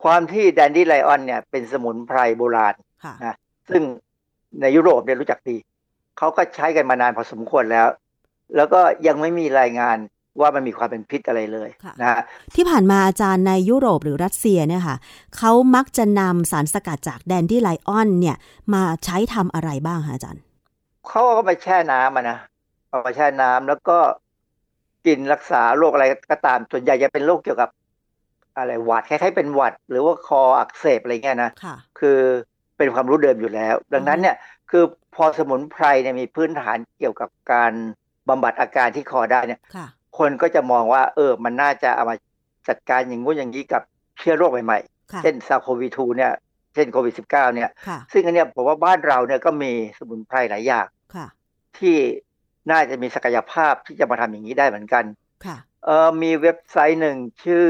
ความที่แดนดี้ไลออนเนี่ยเป็นสมุนไพรโบราณนะซึ่งในยุโรปเนี่ยรู้จักดีเขาก็ใช้กันมานานพอสมควรแล้วก็ยังไม่มีรายงานว่ามันมีความเป็นพิษอะไรเลยนะฮะที่ผ่านมาอาจารย์ในยุโรปหรือรัสเซียเนี่ยค่ะเขามักจะนำสารสกัดจากแดนดี้ไลออนเนี่ยมาใช้ทำอะไรบ้างคะอาจารย์เขาก็ไปแช่น้ำนะเอาไปแช่น้ำแล้วก็กินรักษาโรคอะไรก็ตามส่วนใหญ่จะเป็นโรคเกี่ยวกับอะไรหวัดคล้ายๆเป็นหวัดหรือว่าคออักเสบอะไรเงี้ยนะคือเป็นความรู้เดิมอยู่แล้วดังนั้นเนี่ยคือพอสมุนไพรเนี่ยมีพื้นฐานเกี่ยวกับการบำบัดอาการที่คอได้เนี่ยคนก็จะมองว่ามันน่าจะเอามาจัดการอย่างงู้นอย่างนี้กับเชื้อโรคใหม่ๆเช่นซาโควี2เนี่ยเช่นโควิด -19 เนี่ยซึ่งอันเนี้ยผมว่าบ้านเราเนี่ยก็มีสมุนไพรหลายอย่างที่น่าจะมีศักยภาพที่จะมาทำอย่างนี้ได้เหมือนกันมีเว็บไซต์หนึ่งชื่อ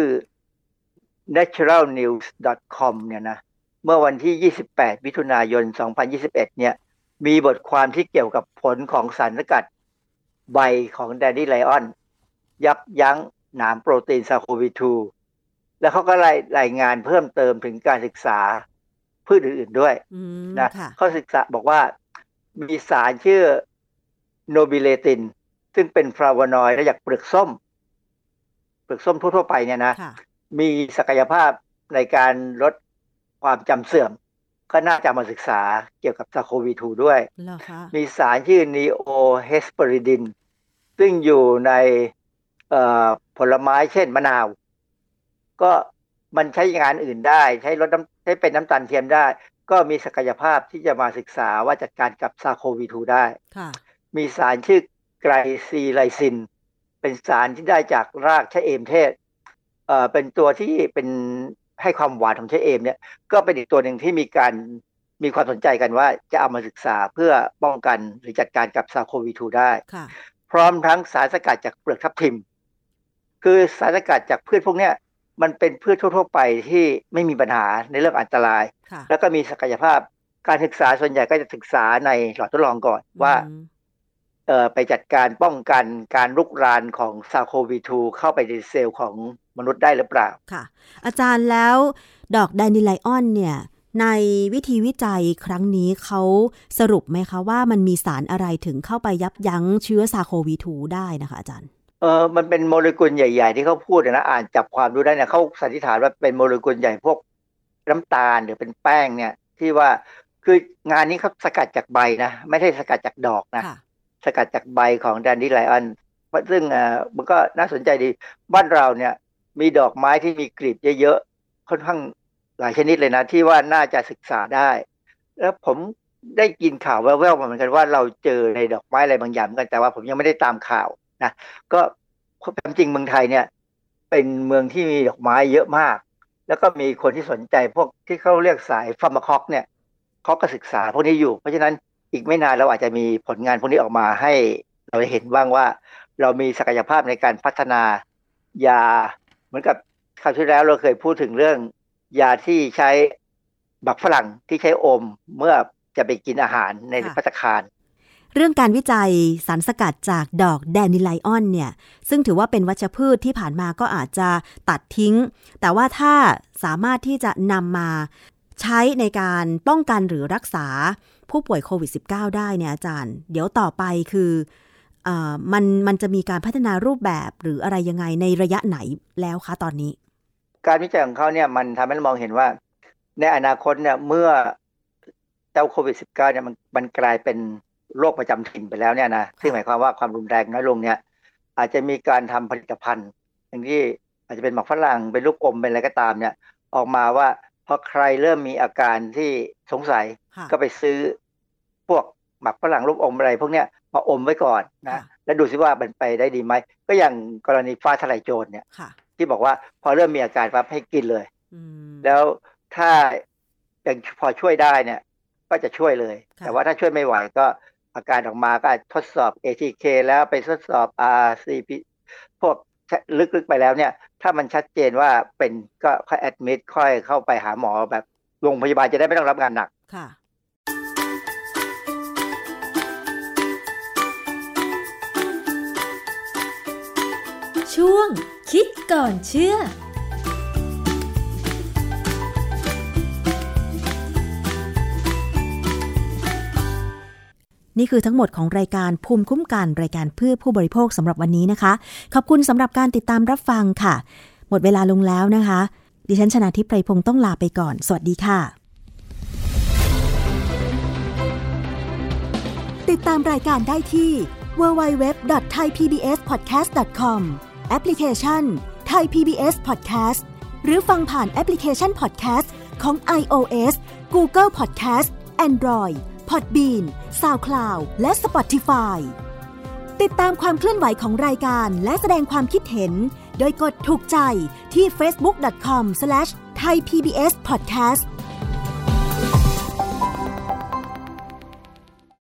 naturalnews.com เนี่ยนะเมื่อวันที่28มิถุนายน2021เนี่ยมีบทความที่เกี่ยวกับผลของสารสกัดใบของแดนดี้ไลออนยับยั้งหนามโปรตีนซาโควี2แล้วเขาก็รายงานเพิ่มเติมถึงการศึกษาพืชอื่นๆด้วยนะเขาศึกษาบอกว่ามีสารชื่อโนบิเลตินซึ่งเป็นฟลาโวนอยด์จากเปลือกส้มทั่วๆไปเนี่ยนะมีศักยภาพในการลดความจำเสื่อมก็น่าจะมาศึกษาเกี่ยวกับซาโควี2ด้วยมีสารชื่อนีโอเฮสเปอริดินซึ่งอยู่ในผลไม้เช่นมะนาวก็มันใช้งานอื่นได้ใช้เป็นน้ำตาลเทียมได้ก็มีศักยภาพที่จะมาศึกษาว่าจัดการกับซาโควี2ได้มีสารชื่อไกลซีไลซินเป็นสารที่ได้จากรากชะเอมเทศเป็นตัวที่เป็นให้ความหวานของชะเอมเนี่ยก็เป็นอีกตัวหนึ่งที่มีความสนใจกันว่าจะเอามาศึกษาเพื่อป้องกันหรือจัดการกับซาโควี2ได้พร้อมทั้งสารสกัดจากเปลือกทับทิมคือสารสกัดจากพืชพวกนี้มันเป็นพืชทั่วๆไปที่ไม่มีปัญหาในเรื่องอันตรายแล้วก็มีศักยภาพการศึกษาส่วนใหญ่ก็จะศึกษาในหลอดทดลองก่อนว่าไปจัดการป้องกันการลุกรานของซาโควี2เข้าไปในเซลล์ของมนุษย์ได้หรือเปล่าค่ะอาจารย์แล้วดอกแดนดี้ไลออนเนี่ยในวิธีวิจัยครั้งนี้เขาสรุปไหมคะว่ามันมีสารอะไรถึงเข้าไปยับยั้งเชื้อซาโควี2ได้นะคะอาจารย์มันเป็นโมเลกุลใหญ่ๆที่เขาพูดนะอ่านจับความดูได้เนี่ยเขาสันนิษฐานว่าเป็นโมเลกุลใหญ่พวกน้ำตาลหรือเป็นแป้งเนี่ยที่ว่าคืองานนี้เขาสกัดจากใบนะไม่ได้สกัดจากดอกนะสกัดจากใบของแดนดี้ไลออนซึ่งมันก็น่าสนใจดีบ้านเราเนี่ยมีดอกไม้ที่มีกลีบเยอะๆค่อนข้างหลายชนิดเลยนะที่ว่าน่าจะศึกษาได้แล้วผมได้ยินข่าวแว่วๆมาเหมือนกันว่าเราเจอในดอกไม้อะไรบางอย่างเหมือนกันแต่ว่าผมยังไม่ได้ตามข่าวนะก็ความจริงเมืองไทยเนี่ยเป็นเมืองที่มีดอกไม้เยอะมากแล้วก็มีคนที่สนใจพวกที่เขาเรียกสายฟาร์มาคอกเนี่ยเขาก็ศึกษาพวกนี้อยู่เพราะฉะนั้นอีกไม่นานเราอาจจะมีผลงานพวกนี้ออกมาให้เราเห็นบ้างว่าเรามีศักยภาพในการพัฒนายาเหมือนกับคราวที่แล้วเราเคยพูดถึงเรื่องยาที่ใช้บักฝรั่งที่ใช้อมเมื่อจะไปกินอาหารในภัตตาคารเรื่องการวิจัยสารสกัดจากดอกแดนดี้ไลออนเนี่ยซึ่งถือว่าเป็นวัชพืชที่ผ่านมาก็อาจจะตัดทิ้งแต่ว่าถ้าสามารถที่จะนำมาใช้ในการป้องกันหรือรักษาผู้ป่วยโควิด -19 ได้เนี่ยอาจารย์เดี๋ยวต่อไปคือมันจะมีการพัฒนารูปแบบหรืออะไรยังไงในระยะไหนแล้วคะตอนนี้การวิจัยของเขาเนี่ยมันทำให้เรามองเห็นว่าในอนาคตเนี่ยเมื่อเจ้าโควิด -19 เนี่ยมันกลายเป็นโรคประจำถิ่นไปแล้วเนี่ยนะซึ่งหมายความว่าความรุนแรงน้อยลงเนี่ยอาจจะมีการทำผลิตภัณฑ์อย่างที่อาจจะเป็นหมากฝรั่งเป็นลูกอมเป็นอะไรก็ตามเนี่ยออกมาว่าพอใครเริ่มมีอาการที่สงสัยก็ไปซื้อพวกหมากฝรั่งลูกอมอะไรพวกเนี้ยมาอมไว้ก่อนนะแล้วดูซิว่ามันไปได้ดีไหมก็อย่างกรณีฟ้าทลายโจรเนี่ยที่บอกว่าพอเริ่มมีอาการปั๊บให้กินเลยแล้วถ้ายังพอช่วยได้เนี่ยก็จะช่วยเลยแต่ว่าถ้าช่วยไม่ไหวก็อาการออกมาก็ทดสอบ ATK แล้วไปทดสอบ RCP พวกลึกๆไปแล้วเนี่ยถ้ามันชัดเจนว่าเป็นก็ค่อยแอดมิดค่อยเข้าไปหาหมอแบบโรงพยาบาลจะได้ไม่ต้องรับงานหนักค่ะช่วงคิดก่อนเชื่อนี่คือทั้งหมดของรายการภูมิคุ้มกันรายการเพื่อผู้บริโภคสำหรับวันนี้นะคะขอบคุณสำหรับการติดตามรับฟังค่ะหมดเวลาลงแล้วนะคะดิฉันชนาธิป ไพรพงศ์ต้องลาไปก่อนสวัสดีค่ะติดตามรายการได้ที่ www.thaipbspodcast.com แอปพลิเคชัน Thai PBS Podcast หรือฟังผ่านแอปพลิเคชัน Podcast ของ iOS Google Podcast Android Podbean SoundCloud และ Spotify ติดตามความเคลื่อนไหวของรายการและแสดงความคิดเห็นโดยกดถูกใจที่ facebook.com/thaipbspodcast